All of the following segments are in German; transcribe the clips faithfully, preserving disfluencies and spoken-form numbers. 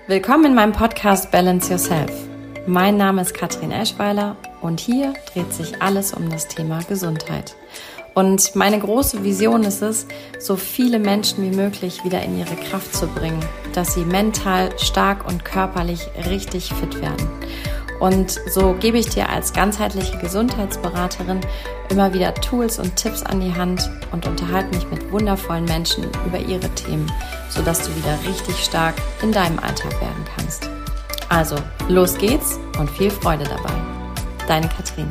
Willkommen in meinem Podcast Balance Yourself. Mein Name ist Katrin Eschweiler und hier dreht sich alles um das Thema Gesundheit. Und meine große Vision ist es, so viele Menschen wie möglich wieder in ihre Kraft zu bringen, dass sie mental stark und körperlich richtig fit werden. Und so gebe ich dir als ganzheitliche Gesundheitsberaterin immer wieder Tools und Tipps an die Hand und unterhalte mich mit wundervollen Menschen über ihre Themen, sodass du wieder richtig stark in deinem Alltag werden kannst. Also, los geht's und viel Freude dabei. Deine Katrin.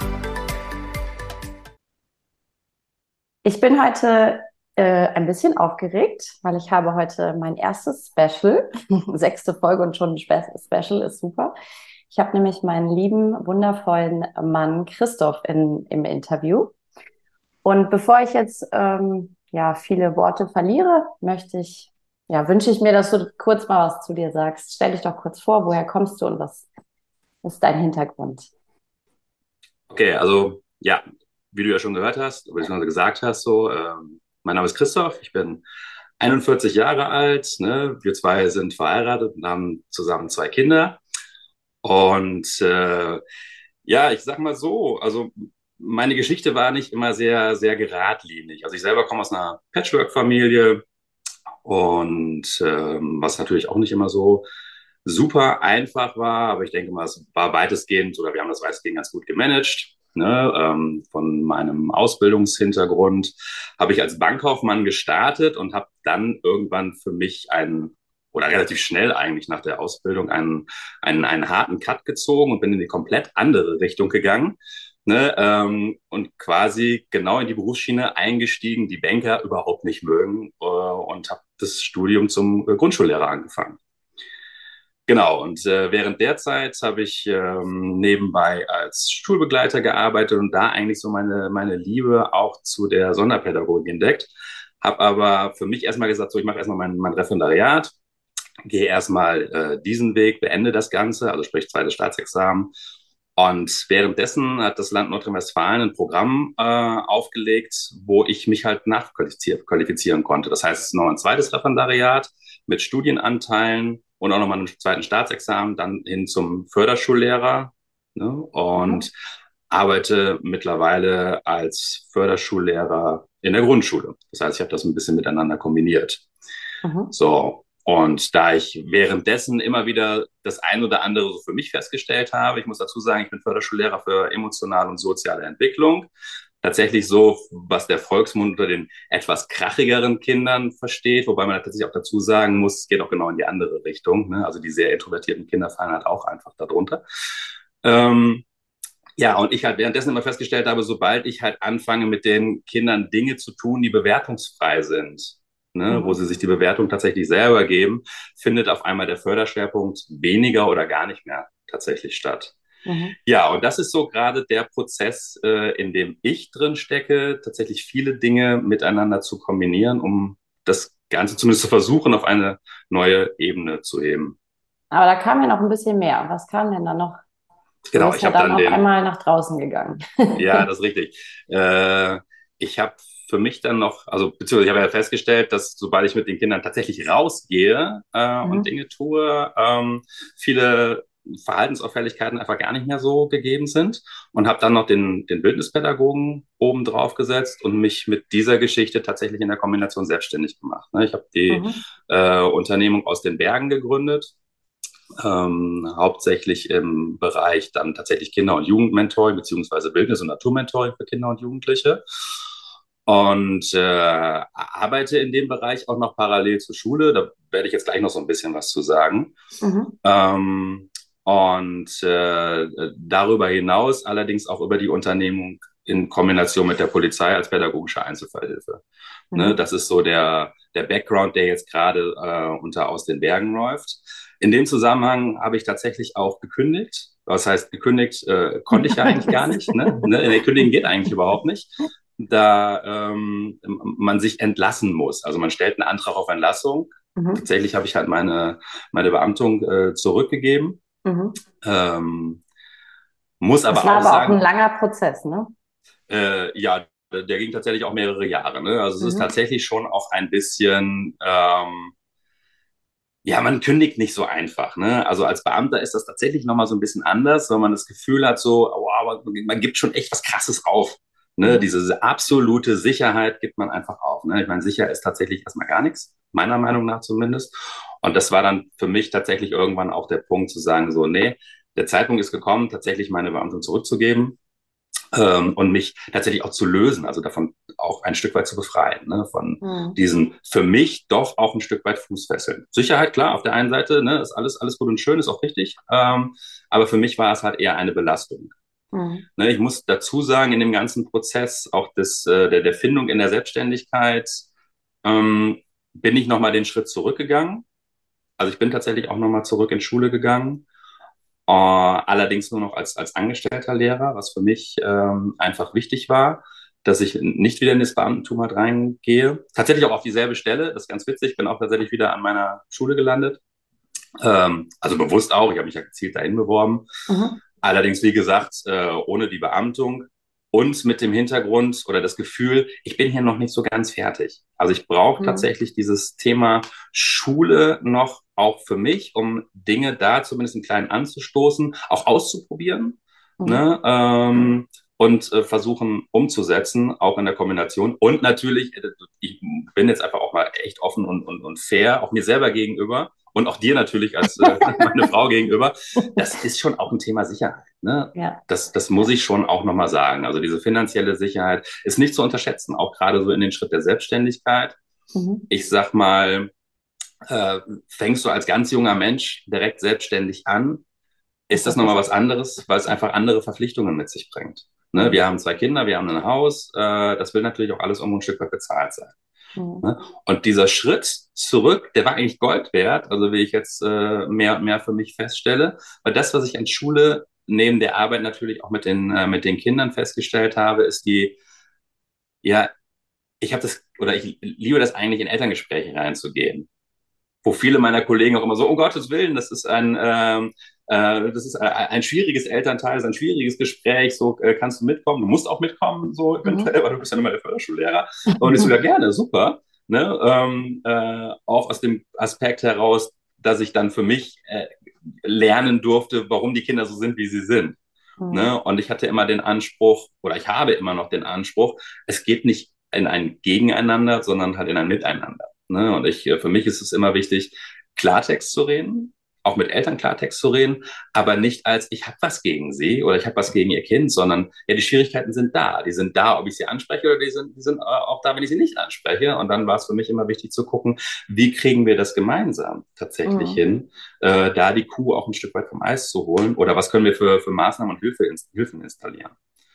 Ich bin heute äh, ein bisschen aufgeregt, weil ich habe heute mein erstes Special, sechste Folge und schon ein Spe- Special ist super. Ich habe nämlich meinen lieben, wundervollen Mann Christoph in, im Interview. Und bevor ich jetzt ähm, ja, viele Worte verliere, möchte ich, ja, wünsche ich mir, dass du kurz mal was zu dir sagst. Stell dich doch kurz vor, woher kommst du und was ist dein Hintergrund? Okay, also ja, wie du ja schon gehört hast, oder beziehungsweise gesagt hast, so, ähm, mein Name ist Christoph, ich bin einundvierzig Jahre alt, ne? Wir zwei sind verheiratet und haben zusammen zwei Kinder. Und äh, ja, ich sag mal so, also meine Geschichte war nicht immer sehr, sehr geradlinig. Also ich selber komme aus einer Patchwork-Familie und ähm, was natürlich auch nicht immer so super einfach war, aber ich denke mal, es war weitestgehend oder wir haben das weitestgehend ganz gut gemanagt. Ne? Ähm, von meinem Ausbildungshintergrund habe ich als Bankkaufmann gestartet und habe dann irgendwann für mich einen oder relativ schnell eigentlich nach der Ausbildung einen, einen, einen harten Cut gezogen und bin in die komplett andere Richtung gegangen. Ne, ähm, und quasi genau in die Berufsschiene eingestiegen, die Banker überhaupt nicht mögen, äh, und habe das Studium zum äh, Grundschullehrer angefangen. Genau, und äh, während der Zeit habe ich ähm, nebenbei als Schulbegleiter gearbeitet und da eigentlich so meine, meine Liebe auch zu der Sonderpädagogik entdeckt. Habe aber für mich erstmal gesagt, so ich mache erstmal mein, mein Referendariat, gehe erstmal äh, diesen Weg, beende das Ganze, also sprich zweites Staatsexamen. Und währenddessen hat das Land Nordrhein-Westfalen ein Programm äh, aufgelegt, wo ich mich halt nachqualifizieren qualifizieren konnte. Das heißt, es ist noch ein zweites Referendariat mit Studienanteilen und auch nochmal einem zweiten Staatsexamen, dann hin zum Förderschullehrer. Ne? Mhm. Und arbeite mittlerweile als Förderschullehrer in der Grundschule. Das heißt, ich habe das ein bisschen miteinander kombiniert. Mhm. So, und da ich währenddessen immer wieder das ein oder andere so für mich festgestellt habe, ich muss dazu sagen, ich bin Förderschullehrer für emotionale und soziale Entwicklung. Tatsächlich so, was der Volksmund unter den etwas krachigeren Kindern versteht, wobei man tatsächlich auch dazu sagen muss, es geht auch genau in die andere Richtung. Ne? Also die sehr introvertierten Kinder fallen halt auch einfach darunter. Ähm, ja, und ich halt währenddessen immer festgestellt habe, sobald ich halt anfange, mit den Kindern Dinge zu tun, die bewertungsfrei sind, ne, wo Mhm. sie sich die Bewertung tatsächlich selber geben, findet auf einmal der Förderschwerpunkt weniger oder gar nicht mehr tatsächlich statt. Mhm. Ja, und das ist so gerade der Prozess, äh, in dem ich drin stecke, tatsächlich viele Dinge miteinander zu kombinieren, um das Ganze zumindest zu versuchen, auf eine neue Ebene zu heben. Aber da kam ja noch ein bisschen mehr. Was kam denn da noch? Du Genau, bist ich ja habe dann dann auf den einmal nach draußen gegangen. Ja, das ist richtig. Äh, ich habe für mich dann noch, also beziehungsweise ich habe ja festgestellt, dass sobald ich mit den Kindern tatsächlich rausgehe äh, und Mhm. Dinge tue, ähm, viele Verhaltensauffälligkeiten einfach gar nicht mehr so gegeben sind und habe dann noch den, den Bildnispädagogen oben drauf gesetzt und mich mit dieser Geschichte tatsächlich in der Kombination selbstständig gemacht. Ne? Ich habe die Mhm. äh, Unternehmung aus den Bergen gegründet, ähm, hauptsächlich im Bereich dann tatsächlich Kinder- und Jugendmentoring beziehungsweise Bildnis- und Naturmentoring für Kinder und Jugendliche. Und äh, arbeite in dem Bereich auch noch parallel zur Schule. Da werde ich jetzt gleich noch so ein bisschen was zu sagen. Mhm. Ähm, und äh, darüber hinaus allerdings auch über die Unternehmung in Kombination mit der Polizei als pädagogische Einzelfallhilfe. Ne, Mhm. das ist so der, der Background, der jetzt gerade äh, unter Aus den Bergen läuft. In dem Zusammenhang habe ich tatsächlich auch gekündigt. Was heißt gekündigt? Äh, konnte ich ja eigentlich gar nicht. Ne? Ne? Nee, kündigen geht eigentlich überhaupt nicht. Da ähm, man sich entlassen muss. Also man stellt einen Antrag auf Entlassung. Mhm. Tatsächlich habe ich halt meine, meine Beamtung äh, zurückgegeben. Mhm. Ähm, muss Das aber war auch aber auch ein sagen, langer Prozess, ne? äh, ja, der ging tatsächlich auch mehrere Jahre. Ne? Also es ist Mhm. tatsächlich schon auch ein bisschen, ähm, ja, man kündigt nicht so einfach, ne? Also als Beamter ist das tatsächlich nochmal so ein bisschen anders, weil man das Gefühl hat, so, oh, aber man gibt schon echt was Krasses auf. Ne? Mhm. Diese absolute Sicherheit gibt man einfach auf. Ne? Ich meine, sicher ist tatsächlich erstmal gar nichts, meiner Meinung nach zumindest. Und das war dann für mich tatsächlich irgendwann auch der Punkt zu sagen, so, nee, der Zeitpunkt ist gekommen, tatsächlich meine Beamtin zurückzugeben ähm, und mich tatsächlich auch zu lösen, also davon auch ein Stück weit zu befreien, ne, von Mhm. diesen für mich doch auch ein Stück weit Fußfesseln. Sicherheit, klar, auf der einen Seite, ne, ist alles, alles gut und schön, ist auch richtig, ähm, aber für mich war es halt eher eine Belastung. Mhm. Ne, ich muss dazu sagen, in dem ganzen Prozess auch des, äh, der, der Findung in der Selbstständigkeit ähm, bin ich nochmal den Schritt zurückgegangen. Also ich bin tatsächlich auch nochmal zurück in Schule gegangen, äh, allerdings nur noch als, als angestellter Lehrer, was für mich ähm, einfach wichtig war, dass ich nicht wieder in das Beamtentum halt reingehe. Tatsächlich auch auf dieselbe Stelle, das ist ganz witzig, ich bin auch tatsächlich wieder an meiner Schule gelandet. Ähm, also bewusst auch, ich habe mich ja gezielt dahin beworben. Mhm. Allerdings, wie gesagt, äh, ohne die Beamtung und mit dem Hintergrund oder das Gefühl, ich bin hier noch nicht so ganz fertig. Also ich brauche Mhm. tatsächlich dieses Thema Schule noch auch für mich, um Dinge da zumindest einen kleinen anzustoßen, auch auszuprobieren, Mhm. ne? Ähm, und äh, versuchen umzusetzen, auch in der Kombination. Und natürlich, äh, ich bin jetzt einfach auch mal echt offen und, und, und fair, auch mir selber gegenüber und auch dir natürlich als äh, meine Frau gegenüber. Das ist schon auch ein Thema Sicherheit. Ne? Ja. Das, das muss Ja. ich schon auch nochmal sagen. Also diese finanzielle Sicherheit ist nicht zu unterschätzen, auch gerade so in den Schritt der Selbstständigkeit. Mhm. Ich sag mal, äh, fängst du als ganz junger Mensch direkt selbstständig an, Ist ist das das was nochmal was anderes? anderes, weil es Ja. einfach andere Verpflichtungen mit sich bringt. Ne? Mhm. Wir haben zwei Kinder, wir haben ein Haus, äh, das will natürlich auch alles irgendwo ein Stück weit bezahlt sein. Mhm. Ne? Und dieser Schritt zurück, der war eigentlich Gold wert, also wie ich jetzt äh, mehr und mehr für mich feststelle, weil das, was ich an Schule neben der Arbeit natürlich auch mit den, äh, mit den Kindern festgestellt habe, ist die, ja, ich habe das, oder ich liebe das eigentlich, in Elterngespräche reinzugehen, wo viele meiner Kollegen auch immer so, um Gottes Willen, das ist ein, ähm, äh, das ist ein, ein schwieriges Elternteil, das ist ein schwieriges Gespräch, so äh, kannst du mitkommen, du musst auch mitkommen, so Mhm. eventuell, weil du bist ja immer der Förderschullehrer. Und ich so, ja gerne, super. Ne? Ähm, äh, auch aus dem Aspekt heraus, dass ich dann für mich äh, lernen durfte, warum die Kinder so sind, wie sie sind. Mhm. Ne? Und ich hatte immer den Anspruch, oder ich habe immer noch den Anspruch, es geht nicht in ein Gegeneinander, sondern halt in ein Miteinander. Ne? Und ich, für mich ist es immer wichtig, Klartext zu reden, auch mit Eltern Klartext zu reden, aber nicht als ich habe was gegen sie oder ich habe was gegen ihr Kind, sondern ja, die Schwierigkeiten sind da. Die sind da, ob ich sie anspreche oder die sind, die sind auch da, wenn ich sie nicht anspreche. Und dann war es für mich immer wichtig zu gucken, wie kriegen wir das gemeinsam tatsächlich Mhm. hin, äh, da die Kuh auch ein Stück weit vom Eis zu holen oder was können wir für, für Maßnahmen und Hilfe, Hilfen installieren.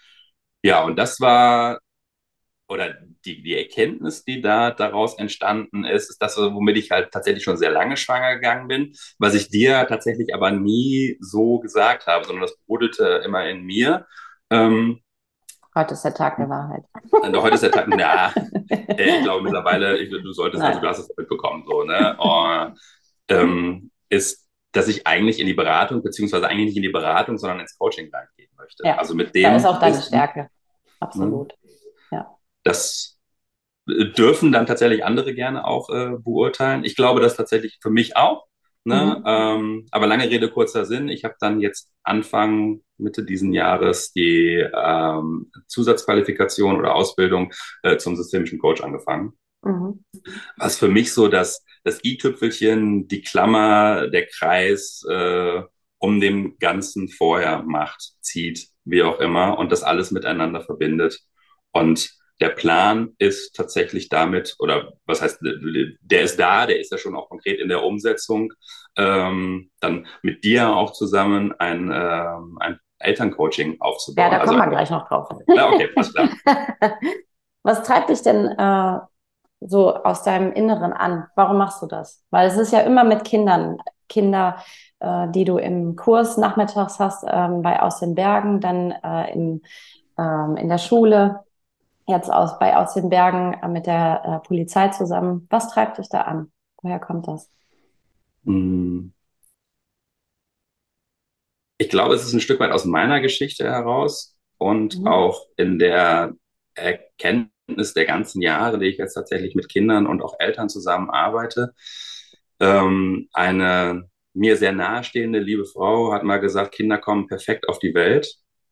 Ja, und das war oder die, die Erkenntnis, die da daraus entstanden ist, ist das, womit ich halt tatsächlich schon sehr lange schwanger gegangen bin, was ich dir tatsächlich aber nie so gesagt habe, sondern das brodelte immer in mir. Ähm, Heute ist der Tag der Wahrheit. heute ist der Tag, ja, ich glaube mittlerweile, ich, du solltest, also Nein. du hast es mitbekommen, so, ne? Und, ähm, ist, dass ich eigentlich in die Beratung, beziehungsweise eigentlich nicht in die Beratung, sondern ins Coaching reingehen möchte. Ja, Also mit da ist dem auch deine Wissen, Stärke. ne, Absolut. Ja. das dürfen dann tatsächlich andere gerne auch äh, beurteilen. Ich glaube das tatsächlich für mich auch. Ne? Mhm. Ähm, aber lange Rede, kurzer Sinn. Ich habe dann jetzt Anfang, Mitte diesen Jahres die ähm, Zusatzqualifikation oder Ausbildung äh, zum systemischen Coach angefangen. Mhm. Was für mich so das, das i-Tüpfelchen, die Klammer, der Kreis äh, um dem Ganzen vorher macht, zieht, wie auch immer, und das alles miteinander verbindet. Und der Plan ist tatsächlich damit, oder was heißt, der ist da, der ist ja schon auch konkret in der Umsetzung, ähm, dann mit dir auch zusammen ein, ähm, ein Elterncoaching Ja, aufzubauen. da Also, kommen wir gleich noch drauf. ja, okay, alles klar. Was treibt dich denn äh, so aus deinem Inneren an? Warum machst du das? Weil es ist ja immer mit Kindern, Kinder, äh, die du im Kurs nachmittags hast, ähm, bei Aus den Bergen, dann äh, im, ähm, in der Schule, jetzt aus, bei Aus den Bergen äh, mit der äh, Polizei zusammen. Was treibt dich da an? Woher kommt das? Hm. Ich glaube, es ist ein Stück weit aus meiner Geschichte heraus und Mhm. auch in der Erkenntnis der ganzen Jahre, die ich jetzt tatsächlich mit Kindern und auch Eltern zusammen arbeite. Ähm, eine mir sehr nahestehende liebe Frau hat mal gesagt, Kinder kommen perfekt auf die Welt.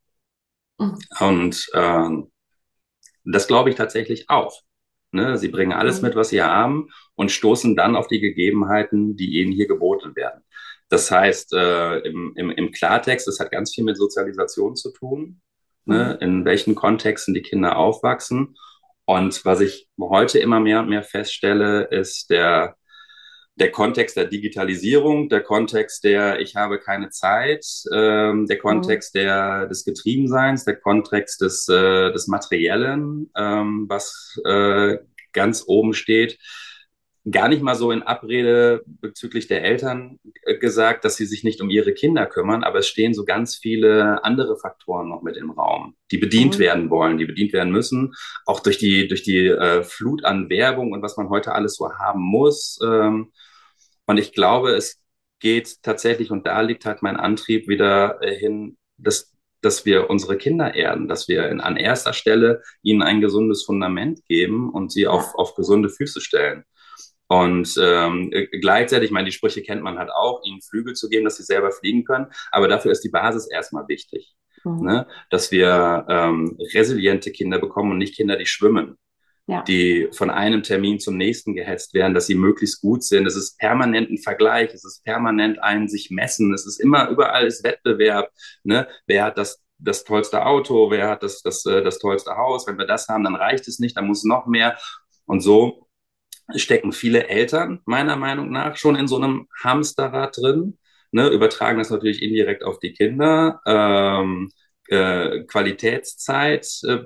Und ähm, das glaube ich tatsächlich auch. Ne? Sie bringen alles Mhm. mit, was sie haben und stoßen dann auf die Gegebenheiten, die ihnen hier geboten werden. Das heißt, äh, im, im, im Klartext, es hat ganz viel mit Sozialisation zu tun, ne? Mhm. In welchen Kontexten die Kinder aufwachsen. Und was ich heute immer mehr und mehr feststelle, ist der der Kontext der Digitalisierung, der Kontext der ich habe keine Zeit, ähm, der Mhm. Kontext der, des Getriebenseins, der Kontext des, äh, des Materiellen, ähm, was äh, ganz oben steht. Gar nicht mal so in Abrede bezüglich der Eltern gesagt, dass sie sich nicht um ihre Kinder kümmern, aber es stehen so ganz viele andere Faktoren noch mit im Raum, die bedient Mhm. werden wollen, die bedient werden müssen, auch durch die, durch die äh, Flut an Werbung und was man heute alles so haben muss. Ähm, und ich glaube, es geht tatsächlich, und da liegt halt mein Antrieb wieder äh, hin, dass, dass wir unsere Kinder erden, dass wir in, an erster Stelle ihnen ein gesundes Fundament geben und sie auf, Ja. auf gesunde Füße stellen. Und ähm, gleichzeitig, ich meine, die Sprüche kennt man halt auch, ihnen Flügel zu geben, dass sie selber fliegen können. Aber dafür ist die Basis erstmal wichtig. Mhm. Ne? Dass wir ähm, resiliente Kinder bekommen und nicht Kinder, die schwimmen, Ja. die von einem Termin zum nächsten gehetzt werden, dass sie möglichst gut sind. Es ist permanent ein Vergleich, es ist permanent ein sich messen, es ist immer überall ist Wettbewerb. Ne? Wer hat das das tollste Auto, wer hat das, das, das, das tollste Haus? Wenn wir das haben, dann reicht es nicht, dann muss noch mehr. Und so stecken viele Eltern meiner Meinung nach schon in so einem Hamsterrad drin, ne, übertragen das natürlich indirekt auf die Kinder. Ähm, äh, Qualitätszeit äh,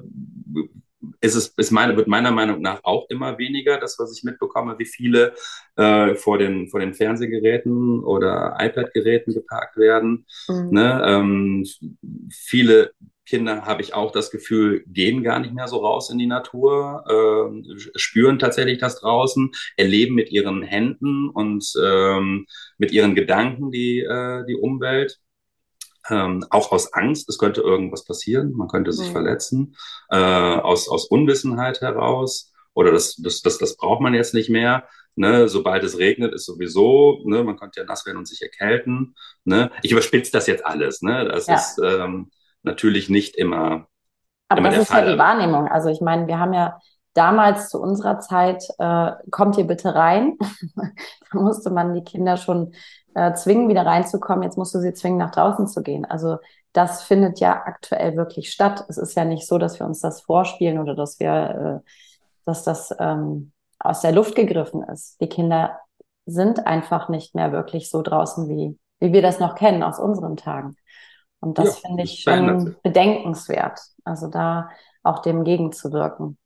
ist es ist meine, wird meiner Meinung nach auch immer weniger, das, was ich mitbekomme, wie viele äh, vor, den, vor den Fernsehgeräten oder iPad-Geräten geparkt werden. Mhm. Ne? Ähm, viele Kinder, habe ich auch das Gefühl, gehen gar nicht mehr so raus in die Natur, äh, spüren tatsächlich das draußen, erleben mit ihren Händen und ähm, mit ihren Gedanken die, äh, die Umwelt. Ähm, auch aus Angst, es könnte irgendwas passieren, man könnte sich Mhm. verletzen, äh, aus, aus Unwissenheit heraus oder das, das, das, das braucht man jetzt nicht mehr. Ne? Sobald es regnet, ist sowieso, ne? Man könnte ja nass werden und sich erkälten. Ne? Ich überspitze das jetzt alles. Ne? Das ist Ja. ähm, natürlich nicht immer, Aber immer das der ist ja Fall. die Also, Wahrnehmung. Also ich meine, wir haben ja damals zu unserer Zeit, äh, kommt ihr bitte rein. Da musste man die Kinder schon äh, zwingen, wieder reinzukommen. Jetzt musst du sie zwingen, nach draußen zu gehen. Also das findet ja aktuell wirklich statt. Es ist ja nicht so, dass wir uns das vorspielen oder dass wir, äh, dass das ähm, aus der Luft gegriffen ist. Die Kinder sind einfach nicht mehr wirklich so draußen, wie, wie wir das noch kennen aus unseren Tagen. Und das ja, finde das ich verändert sich. schon bedenkenswert, also da auch dem gegenzuwirken.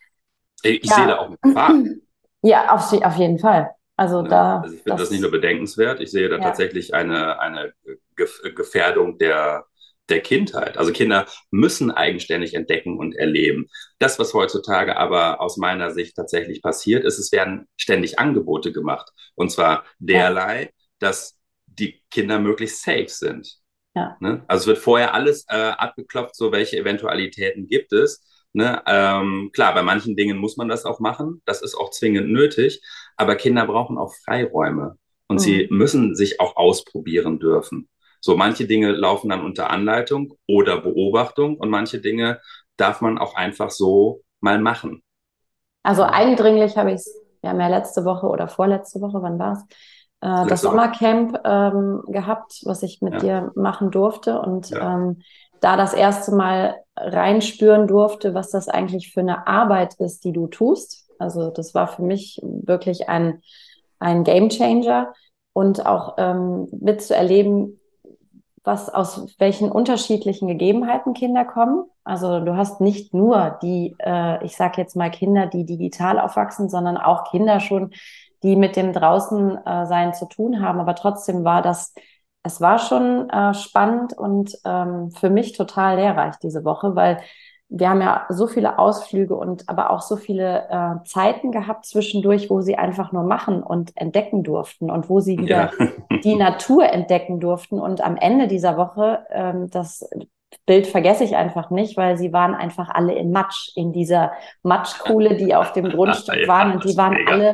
Ich sehe da Ja, auch eine Gefahr. ja, auf, auf jeden Fall. Also Ne? da, Also ich finde das nicht nur das, bedenkenswert, ich sehe da ja, tatsächlich eine, eine Gef- Gefährdung der, der Kindheit. Also Kinder müssen eigenständig entdecken und erleben. Das, was heutzutage aber aus meiner Sicht tatsächlich passiert, ist, es werden ständig Angebote gemacht. Und zwar ja, derlei, dass die Kinder möglichst safe sind. ja. Ne? Also es wird vorher alles äh, abgeklopft, so welche Eventualitäten gibt es. Ne? Ähm, klar, bei manchen Dingen muss man das auch machen. Das ist auch zwingend nötig. Aber Kinder brauchen auch Freiräume und sie Mhm. müssen sich auch ausprobieren dürfen. So manche Dinge laufen dann unter Anleitung oder Beobachtung und manche Dinge darf man auch einfach so mal machen. Also Ne? eindringlich habe ich es, wir haben ja letzte Woche oder vorletzte Woche, wann war es, äh, das Letzte Woche. Sommercamp ähm, gehabt, was ich mit Ja, dir machen durfte und ja. ähm, da das erste Mal reinspüren durfte, was das eigentlich für eine Arbeit ist, die du tust. Also das war für mich wirklich ein, ein Game Changer und auch ähm, mitzuerleben, was aus welchen unterschiedlichen Gegebenheiten Kinder kommen. Also du hast nicht nur die, äh, ich sage jetzt mal Kinder, die digital aufwachsen, sondern auch Kinder schon, die mit dem draußen äh, sein zu tun haben. Aber trotzdem war das, es war schon äh, spannend und ähm, für mich total lehrreich diese Woche, weil wir haben ja so viele Ausflüge und aber auch so viele äh, Zeiten gehabt zwischendurch, wo sie einfach nur machen und entdecken durften und wo sie wieder Ja. die Natur entdecken durften. Und am Ende dieser Woche, ähm, das Bild vergesse ich einfach nicht, weil sie waren einfach alle in Matsch, in dieser Matschkuhle, die auf dem Grundstück waren. Ja, Und das die ist waren mega. alle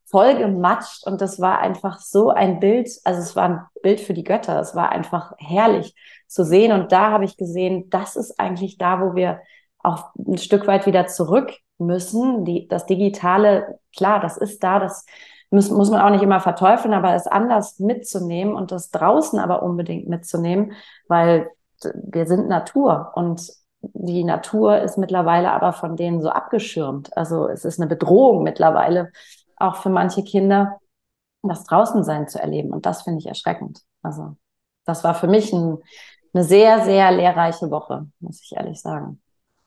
voll gematscht und das war einfach so ein Bild, also es war ein Bild für die Götter, es war einfach herrlich zu sehen und da habe ich gesehen, das ist eigentlich da, wo wir auch ein Stück weit wieder zurück müssen. Die, das Digitale, klar, das ist da, das muss, muss man auch nicht immer verteufeln, aber es anders mitzunehmen und das draußen aber unbedingt mitzunehmen, weil wir sind Natur und die Natur ist mittlerweile aber von denen so abgeschirmt. Also es ist eine Bedrohung mittlerweile auch für manche Kinder, das Draußensein zu erleben. Und das finde ich erschreckend. Also das war für mich ein, eine sehr, sehr lehrreiche Woche, muss ich ehrlich sagen.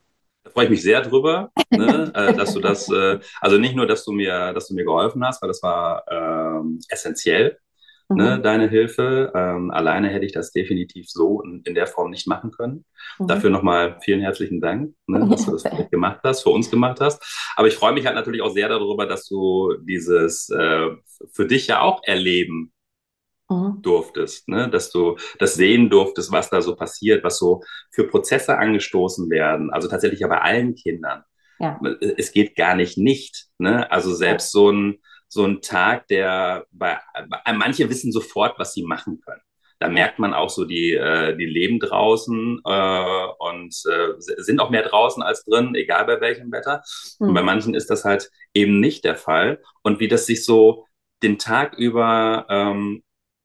Da freue ich mich sehr drüber, ne, äh, dass du das, äh, also nicht nur, dass du mir, dass du mir geholfen hast, weil das war ähm, essentiell, ne, Mhm. deine Hilfe. Ähm, alleine hätte ich das definitiv so in, in der Form nicht machen können. Dafür Mhm. nochmal vielen herzlichen Dank, ne, dass du das für mich gemacht hast, für uns gemacht hast. Aber ich freue mich halt natürlich auch sehr darüber, dass du dieses äh, für dich ja auch erleben Mhm. durftest, ne? Dass du das sehen durftest, was da so passiert, was so für Prozesse angestoßen werden. Also tatsächlich ja bei allen Kindern. Ja. Es geht gar nicht nicht, ne? Also selbst so ein, so ein Tag, der bei, bei manche wissen sofort, was sie machen können. Da Ja. merkt man auch so, die, äh, die leben draußen äh, und äh, sind auch mehr draußen als drin, egal bei welchem Wetter. Und bei Mhm. manchen ist das halt eben nicht der Fall. Und wie das sich so den Tag über ähm,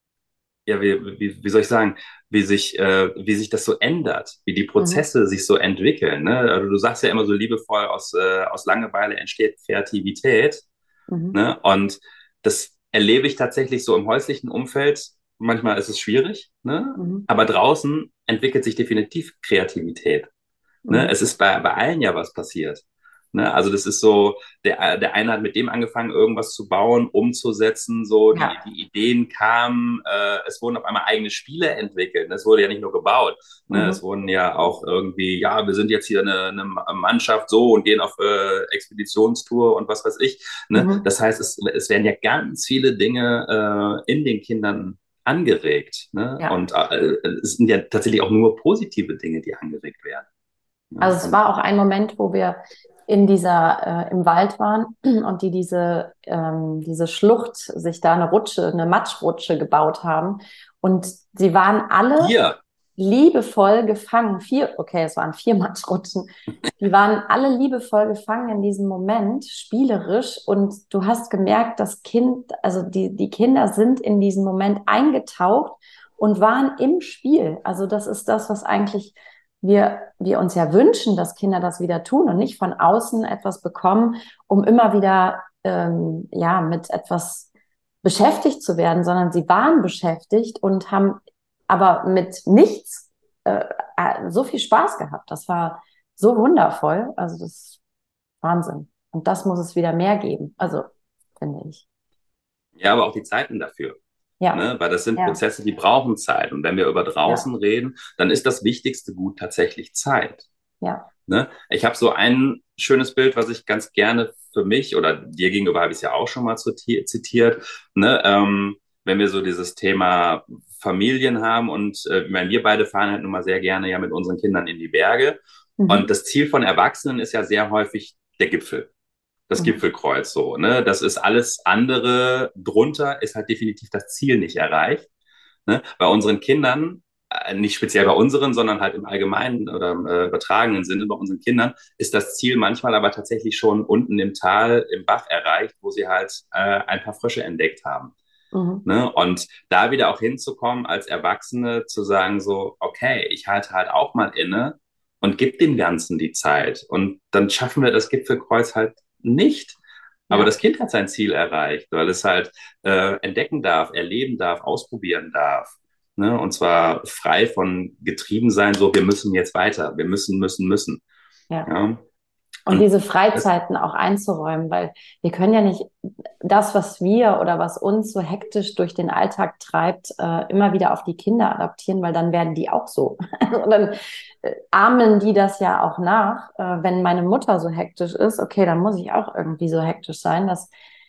ja, wie, wie, wie soll ich sagen, wie sich, äh, wie sich das so ändert, wie die Mhm. Prozesse sich so entwickeln. Ne? Also du sagst ja immer so liebevoll, aus, äh, aus Langeweile entsteht Kreativität. Mhm. Ne? Und das erlebe ich tatsächlich so im häuslichen Umfeld. Manchmal ist es schwierig, ne? Mhm. Aber draußen entwickelt sich definitiv Kreativität. Ne? Mhm. Es ist bei, bei allen ja was passiert. Ne? Also das ist so, der, der eine hat mit dem angefangen, irgendwas zu bauen, umzusetzen, so die, Ja. die Ideen kamen, äh, es wurden auf einmal eigene Spiele entwickelt. Ne? Es wurde ja nicht nur gebaut. Ne? Es Mhm. wurden ja auch irgendwie, ja, wir sind jetzt hier eine, eine Mannschaft so und gehen auf äh, Expeditionstour und was weiß ich. Ne? Mhm. Das heißt, es, es werden ja ganz viele Dinge äh, in den Kindern angeregt. Ne? Ja. Und äh, es sind ja tatsächlich auch nur positive Dinge, die angeregt werden. Ne? Also es Und war auch ein Moment, wo wir in dieser, äh, im Wald waren und die diese, ähm, diese Schlucht, sich da eine Rutsche, eine Matschrutsche gebaut haben. Und sie waren alle hier, liebevoll gefangen. Vier, okay, es waren vier Matschrutschen. Die waren alle liebevoll gefangen in diesem Moment, spielerisch. Und du hast gemerkt, das Kind, also die, die Kinder sind in diesen Moment eingetaucht und waren im Spiel. Also das ist das, was eigentlich wir, wir uns ja wünschen, dass Kinder das wieder tun und nicht von außen etwas bekommen, um immer wieder ähm, ja, mit etwas beschäftigt zu werden, sondern sie waren beschäftigt und haben aber mit nichts äh, äh, so viel Spaß gehabt. Das war so wundervoll. Also das ist Wahnsinn. Und das muss es wieder mehr geben. Also, finde ich. ja, aber auch die Zeiten dafür. Ja, Ne? Weil das sind ja, Prozesse, die brauchen Zeit. Und wenn wir über draußen ja, reden, dann ist das wichtigste Gut tatsächlich Zeit. ja. Ne? Ich habe so ein schönes Bild, was ich ganz gerne für mich oder dir gegenüber habe ich es ja auch schon mal zitiert. Ne? Ähm, wenn wir so dieses Thema Familien haben und äh, ich meine, wir beide fahren halt nun mal sehr gerne ja mit unseren Kindern in die Berge. Und Mhm. das Ziel von Erwachsenen ist ja sehr häufig der Gipfel. Das Mhm. Gipfelkreuz so, ne? Das ist alles andere drunter, ist halt definitiv das Ziel nicht erreicht. Ne? Bei unseren Kindern, äh, nicht speziell bei unseren, sondern halt im allgemeinen oder im äh, übertragenen Sinne bei unseren Kindern, ist das Ziel manchmal aber tatsächlich schon unten im Tal, im Bach erreicht, wo sie halt äh, ein paar Frösche entdeckt haben. Mhm. Ne? Und da wieder auch hinzukommen, als Erwachsene zu sagen, so, okay, ich halte halt auch mal inne und gebe dem Ganzen die Zeit. Und dann schaffen wir das Gipfelkreuz halt nicht. Aber Ja. das Kind hat sein Ziel erreicht, weil es halt äh, entdecken darf, erleben darf, ausprobieren darf. Ne? Und zwar frei von getrieben sein, so, wir müssen jetzt weiter, wir müssen, müssen, müssen. Ja. Ja? Und Und diese das, Freizeiten auch einzuräumen, weil wir können ja nicht das, was wir oder was uns so hektisch durch den Alltag treibt, äh, immer wieder auf die Kinder adaptieren, weil dann werden die auch so. Und dann äh, ahmen die das ja auch nach. Äh, wenn meine Mutter so hektisch ist, okay, dann muss ich auch irgendwie so hektisch sein. Das,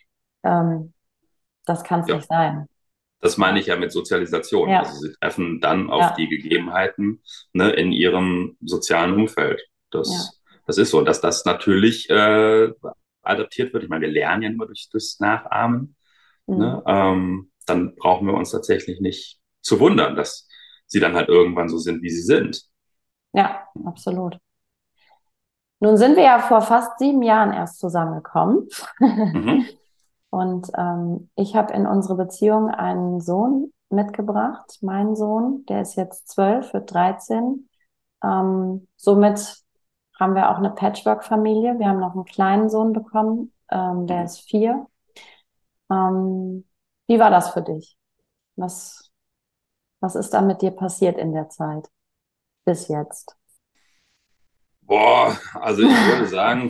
ähm, das kann es ja, nicht sein. das meine Ja, ich ja mit Sozialisation. Also ja, sie treffen dann auf die ja, Gegebenheiten, ne, in ihrem sozialen Umfeld. ja. Das, das ist so. Dass das natürlich äh, adaptiert wird, ich meine, wir lernen ja nur durch, durchs Nachahmen, Mhm. ne? Ähm, dann brauchen wir uns tatsächlich nicht zu wundern, dass sie dann halt irgendwann so sind, wie sie sind. Ja, absolut. Nun sind wir ja vor fast sieben Jahren erst zusammengekommen. Mhm. Und ähm, ich habe in unsere Beziehung einen Sohn mitgebracht, meinen Sohn, der ist jetzt zwölf, wird dreizehn. Ähm, somit haben wir auch eine Patchwork-Familie. Wir haben noch einen kleinen Sohn bekommen, ähm, der Mhm. ist vier. Ähm, wie war das für dich? Was, was ist da mit dir passiert in der Zeit bis jetzt? Boah, also ich würde sagen,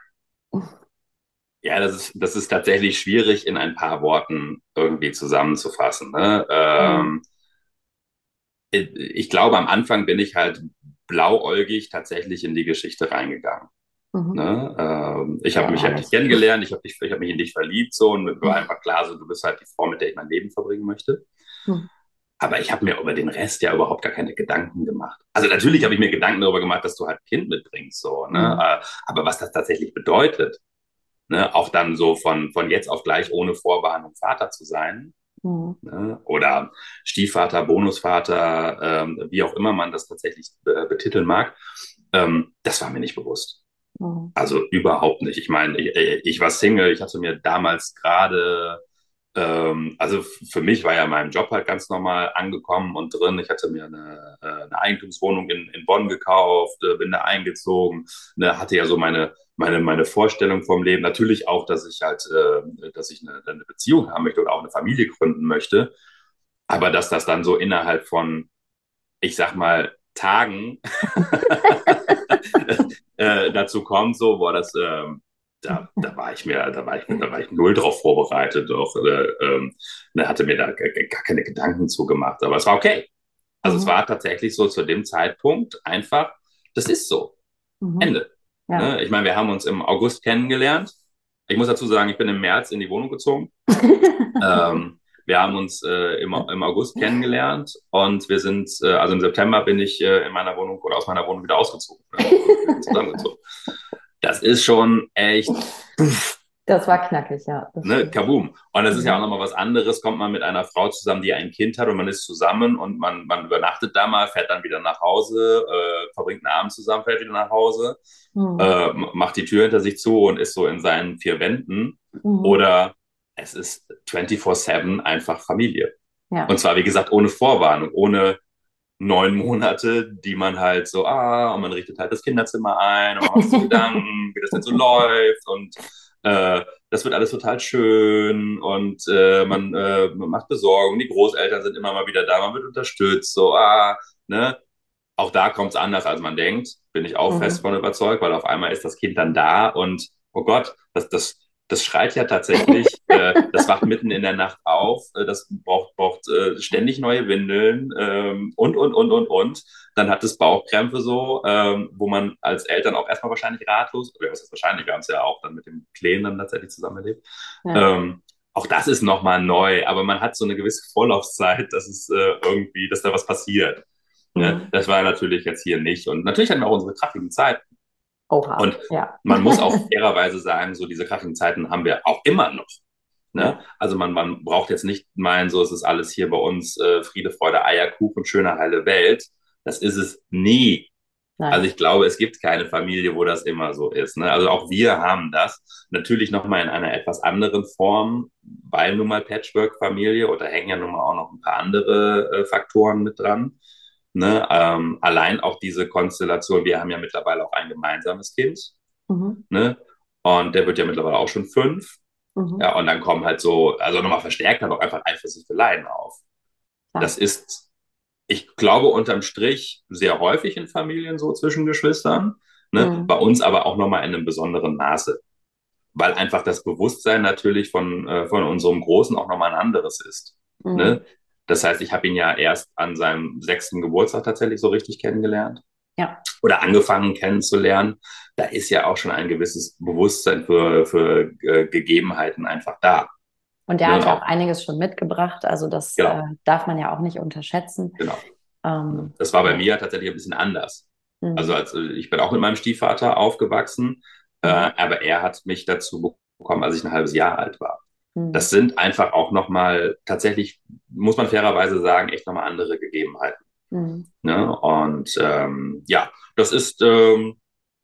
ja, das ist, das ist tatsächlich schwierig in ein paar Worten irgendwie zusammenzufassen. Ne? Mhm. Ähm, ich glaube, am Anfang bin ich halt blauäugig tatsächlich in die Geschichte reingegangen. Mhm. Ne? Ähm, ich habe Kennen mich halt dich alles. kennengelernt, ich habe dich, ich hab mich in dich verliebt so und mir war einfach klar, so du bist halt die Frau, mit der ich mein Leben verbringen möchte. Mhm. Aber ich habe mir über den Rest ja überhaupt gar keine Gedanken gemacht. Also natürlich habe ich mir Gedanken darüber gemacht, dass du halt ein Kind mitbringst, so, ne? Mhm. Äh, Aber was das tatsächlich bedeutet, ne? Auch dann so von, von jetzt auf gleich ohne Vorwarnung Vater zu sein, Mhm. ne? Oder Stiefvater, Bonusvater, ähm, wie auch immer man das tatsächlich äh, betiteln mag, ähm, das war mir nicht bewusst. Mhm. Also überhaupt nicht. Ich meine, ich, ich war Single, ich hatte mir damals gerade, ähm, also für mich war ja mein Job halt ganz normal angekommen und drin. Ich hatte mir eine, äh, eine Eigentumswohnung in, in Bonn gekauft, äh, bin da eingezogen, ne, hatte ja so meine, meine, meine Vorstellung vom Leben. Natürlich auch, dass ich halt, äh, dass ich eine, eine Beziehung haben möchte oder auch eine Familie gründen möchte. Aber dass das dann so innerhalb von, ich sag mal, Tagen äh, dazu kommt, so, boah, das, ähm, da, da war ich mir, da war ich mir, da war ich null drauf vorbereitet, doch, äh, ähm, ne, hatte mir da gar, gar keine Gedanken zu gemacht, aber es war okay. Also es Mhm. war tatsächlich so zu dem Zeitpunkt einfach, das ist so. Mhm. Ende. Ja. Ne? Ich meine, wir haben uns im August kennengelernt. Ich muss dazu sagen, ich bin im März in die Wohnung gezogen. Ähm, wir haben uns äh, im, im August kennengelernt und wir sind, äh, also im September bin ich äh, in meiner Wohnung oder aus meiner Wohnung wieder ausgezogen. Ne? Also wir sind zusammengezogen. Das ist schon echt, Das war knackig, ja, das ne, stimmt. kaboom. Und das ist ja auch Mhm. nochmal was anderes, kommt man mit einer Frau zusammen, die ein Kind hat und man ist zusammen und man, man übernachtet da mal, fährt dann wieder nach Hause, äh, verbringt einen Abend zusammen, fährt wieder nach Hause, Mhm. äh, macht die Tür hinter sich zu und ist so in seinen vier Wänden. Mhm. Oder es ist vierundzwanzig sieben einfach Familie. Und Ja. zwar, wie gesagt, ohne Vorwarnung, ohne neun Monate, die man halt so, ah, und man richtet halt das Kinderzimmer ein und man macht sich Gedanken, wie das denn so läuft und äh, das wird alles total schön und äh, man, äh, man macht Besorgung, die Großeltern sind immer mal wieder da, man wird unterstützt, so, ah, ne, auch da kommt es anders, als man denkt, bin ich auch fest Mhm. von überzeugt, weil auf einmal ist das Kind dann da und oh Gott, das, das, das schreit ja tatsächlich, äh, das wacht mitten in der Nacht auf, äh, das braucht, braucht äh, ständig neue Windeln ähm, und, und, und, und, und. Dann hat es Bauchkrämpfe so, ähm, wo man als Eltern auch erstmal wahrscheinlich ratlos, oder was ist wahrscheinlich, wir haben es ja auch dann mit dem Kleen dann tatsächlich zusammen erlebt. Ja. Ähm, auch das ist nochmal neu, aber man hat so eine gewisse Vorlaufzeit, dass es äh, irgendwie, dass da was passiert. Ne? Mhm. Das war natürlich jetzt hier nicht. Und natürlich hatten wir auch unsere kraftigen Zeiten. Oha, Und ja. man muss auch fairerweise sagen, so diese kraftigen Zeiten haben wir auch immer noch. Ne? Ja. Also man, man braucht jetzt nicht meinen, so ist es alles hier bei uns äh, Friede, Freude, Eierkuchen, schöne, heile Welt. Das ist es nie. Also Nein. ich glaube, es gibt keine Familie, wo das immer so ist. Ne? Also auch wir haben das. Natürlich nochmal in einer etwas anderen Form, weil nun mal Patchwork-Familie oder hängen ja nun mal auch noch ein paar andere äh, Faktoren mit dran. Ne? Ähm, allein auch diese Konstellation, wir haben ja mittlerweile auch ein gemeinsames Kind. Mhm. Ne? Und der wird ja mittlerweile auch schon fünf. Mhm. Ja, und dann kommen halt so, also nochmal verstärkt halt auch einfach Eifersüchteleien auf. Das Klar. ist, ich glaube, unterm Strich sehr häufig in Familien so zwischen Geschwistern. Ne? Bei Mhm. uns aber auch nochmal in einem besonderen Maße, weil einfach das Bewusstsein natürlich von, äh, von unserem Großen auch nochmal ein anderes ist. Mhm. Ne? Das heißt, ich habe ihn ja erst an seinem sechsten Geburtstag tatsächlich so richtig kennengelernt Ja. oder angefangen kennenzulernen. Da ist ja auch schon ein gewisses Bewusstsein für, für äh, Gegebenheiten einfach da. Und der Ne? hat Und ja auch auch, einiges schon mitgebracht. Also das äh, genau, darf man ja auch nicht unterschätzen. genau. Ne? Ähm, Das war bei ja. mir tatsächlich ein bisschen anders. Also Mhm. als, ich bin auch mit meinem Stiefvater aufgewachsen. Äh, Mhm. aber er hat mich dazu bekommen, als ich ein halbes Jahr alt war. Mhm. Das sind einfach auch nochmal, tatsächlich, muss man fairerweise sagen, echt nochmal andere Gegebenheiten. Mhm. Ne? Und ähm, ja, das ist ähm,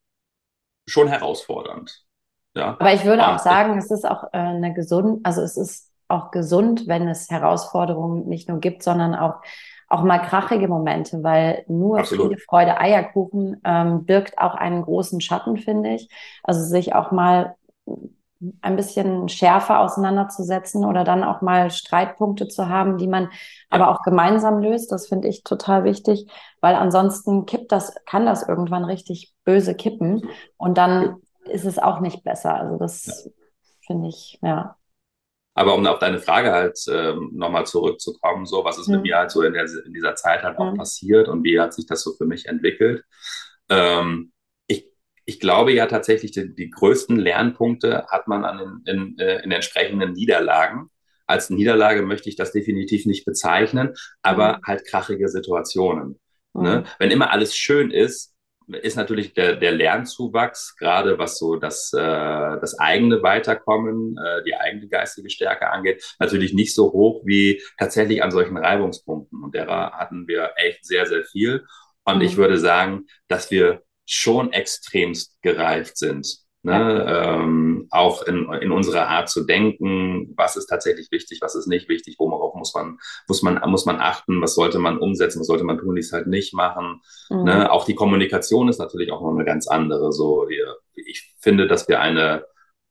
schon herausfordernd. Ja, Aber ich würde auch und ich, sagen, es ist auch äh, eine gesund, also es ist auch gesund, wenn es Herausforderungen nicht nur gibt, sondern auch, auch mal krachige Momente, weil nur Friede, absolut. Freude, Eierkuchen ähm, birgt auch einen großen Schatten, finde ich. Also sich auch mal ein bisschen schärfer auseinanderzusetzen oder dann auch mal Streitpunkte zu haben, die man aber Ja, auch gemeinsam löst, das finde ich total wichtig, weil ansonsten kippt das, kann das irgendwann richtig böse kippen absolut. und dann ist es auch nicht besser. Also das finde ich, ja. Aber um auf deine Frage halt ähm, nochmal zurückzukommen, so was ist mit Hm. mir halt so in, der, in dieser Zeit halt auch Hm. passiert und wie hat sich das so für mich entwickelt? Ähm, ich, ich glaube ja tatsächlich, die, die größten Lernpunkte hat man an den, in, äh, in entsprechenden Niederlagen. Als Niederlage möchte ich das definitiv nicht bezeichnen, aber Hm. halt krachige Situationen. Ne? Hm. Wenn immer alles schön ist, ist natürlich der, der Lernzuwachs, gerade was so das, äh, das eigene Weiterkommen, äh, die eigene geistige Stärke angeht, natürlich nicht so hoch wie tatsächlich an solchen Reibungspunkten. Und derer hatten wir echt sehr, sehr viel. Und ich Hm. würde sagen, dass wir schon extremst gereift sind. Ja. Ne? Ähm, auch in, in unserer Art zu denken, was ist tatsächlich wichtig, was ist nicht wichtig, worauf muss man, muss man, muss man achten, was sollte man umsetzen, was sollte man tun, dies halt nicht machen. Hm. Ne? Auch die Kommunikation ist natürlich auch noch eine ganz andere. So, wir, ich finde, dass wir eine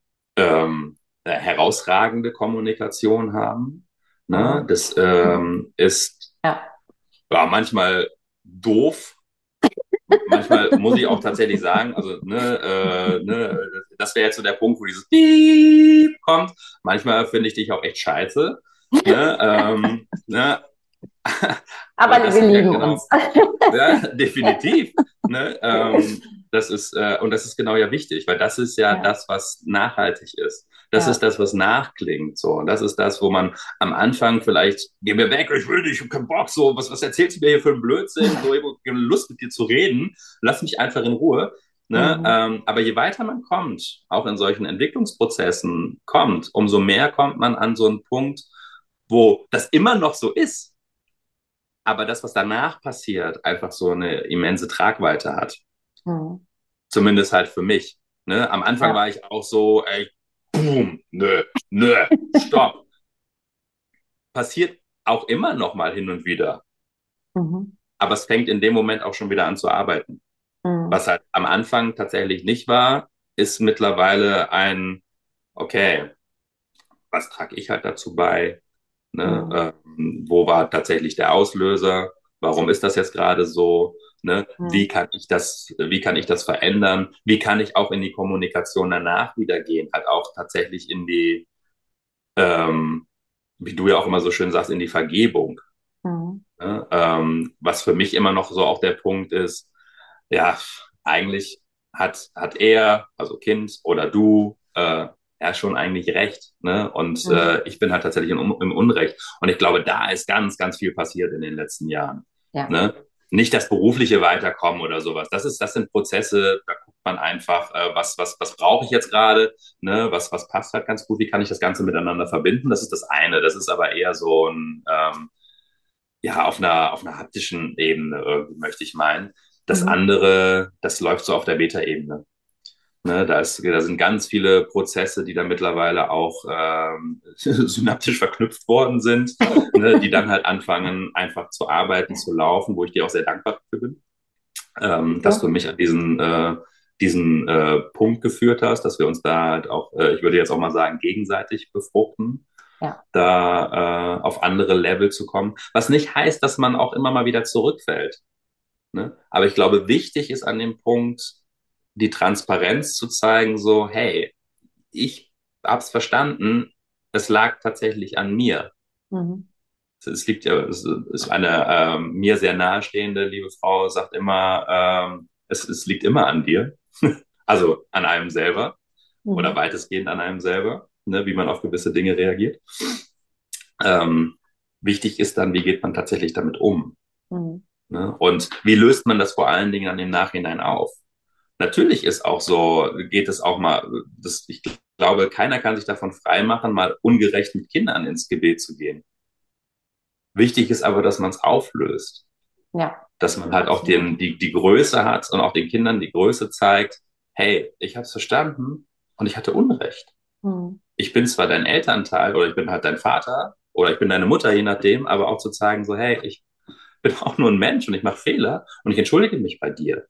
ähm, herausragende Kommunikation haben. Ne? Aha. Das ähm, ist Ja. ja, manchmal doof, manchmal muss ich auch tatsächlich sagen, also ne, äh, ne, das wäre jetzt so der Punkt, wo dieses Piep kommt. Manchmal finde ich dich auch echt scheiße. Ne, ähm, ne, aber Aber das wir sind ja lieben genau, uns. ja, definitiv. Ne, ähm, das ist, äh, und das ist genau ja wichtig, weil das ist ja Ja. das, was nachhaltig ist. Das ist Ja. das, was nachklingt. So. Und das ist das, wo man am Anfang vielleicht, geh mir weg, ich will nicht, ich hab keinen Bock, so, was, was erzählst du mir hier für einen Blödsinn? So, ich habe keine Lust mit dir zu reden. Lass mich einfach in Ruhe. Ne? Hm. Ähm, aber je weiter man kommt, auch in solchen Entwicklungsprozessen kommt, umso mehr kommt man an so einen Punkt, wo das immer noch so ist, aber das, was danach passiert, einfach so eine immense Tragweite hat. Hm. Zumindest halt für mich. Ne? Am Anfang Ja. war ich auch so, ey, boom, nö, nö, stopp. Passiert auch immer noch mal hin und wieder. Mhm. Aber es fängt in dem Moment auch schon wieder an zu arbeiten. Hm. Was halt am Anfang tatsächlich nicht war, ist mittlerweile ein, okay, was trage ich halt dazu bei? Hm. Ne? Ähm, wo war tatsächlich der Auslöser? Warum ist das jetzt gerade so? Ne? Hm. Wie kann ich das, wie kann ich das verändern? Wie kann ich auch in die Kommunikation danach wieder gehen? Halt auch tatsächlich in die, ähm, wie du ja auch immer so schön sagst, in die Vergebung. Hm. Ne? Ähm, was für mich immer noch so auch der Punkt ist, ja, eigentlich hat, hat er, also Kind oder du, äh, ja schon eigentlich recht. Ne? Und Hm. äh, ich bin halt tatsächlich im, im Unrecht. Und ich glaube, da ist ganz, ganz viel passiert in den letzten Jahren. Ja. Ne? Nicht das berufliche Weiterkommen oder sowas. Das ist, das sind Prozesse, da guckt man einfach, äh, was, was, was brauche ich jetzt gerade, ne? was, was passt halt ganz gut, wie kann ich das Ganze miteinander verbinden. Das ist das eine. Das ist aber eher so ein, ähm, ja, auf einer, auf einer haptischen Ebene irgendwie, möchte ich meinen. Das Mhm. andere, das läuft so auf der Beta-Ebene. Ne, da, ist, da sind ganz viele Prozesse, die da mittlerweile auch ähm, synaptisch verknüpft worden sind, ne, die dann halt anfangen, einfach zu arbeiten, zu laufen, wo ich dir auch sehr dankbar für bin, ähm, dass du So. mich an diesen, äh, diesen äh, Punkt geführt hast, dass wir uns da halt auch, äh, ich würde jetzt auch mal sagen, gegenseitig befruchten, Ja. da äh, auf andere Level zu kommen. Was nicht heißt, dass man auch immer mal wieder zurückfällt. Ne? Aber ich glaube, wichtig ist an dem Punkt, die Transparenz zu zeigen, so, hey, ich hab's verstanden, es lag tatsächlich an mir. Mhm. Es liegt ja, es ist eine ähm, mir sehr nahestehende liebe Frau, sagt immer, ähm, es, es liegt immer an dir. Also an einem selber oder Mhm. weitestgehend an einem selber, ne, wie man auf gewisse Dinge reagiert. Ähm, wichtig ist dann, wie geht man tatsächlich damit um? Mhm. Ne? Und wie löst man das vor allen Dingen dann im Nachhinein auf? natürlich ist auch so, geht es auch mal, das, ich glaube, keiner kann sich davon freimachen, mal ungerecht mit Kindern ins Gebet zu gehen. Wichtig ist aber, dass man es auflöst, Ja, dass man halt auch absolut. den, die, die Größe hat und auch den Kindern die Größe zeigt, hey, ich habe es verstanden und ich hatte Unrecht. Hm. Ich bin zwar dein Elternteil oder ich bin halt dein Vater oder ich bin deine Mutter, je nachdem, aber auch zu zeigen, so, hey, ich bin auch nur ein Mensch und ich mache Fehler und ich entschuldige mich bei dir.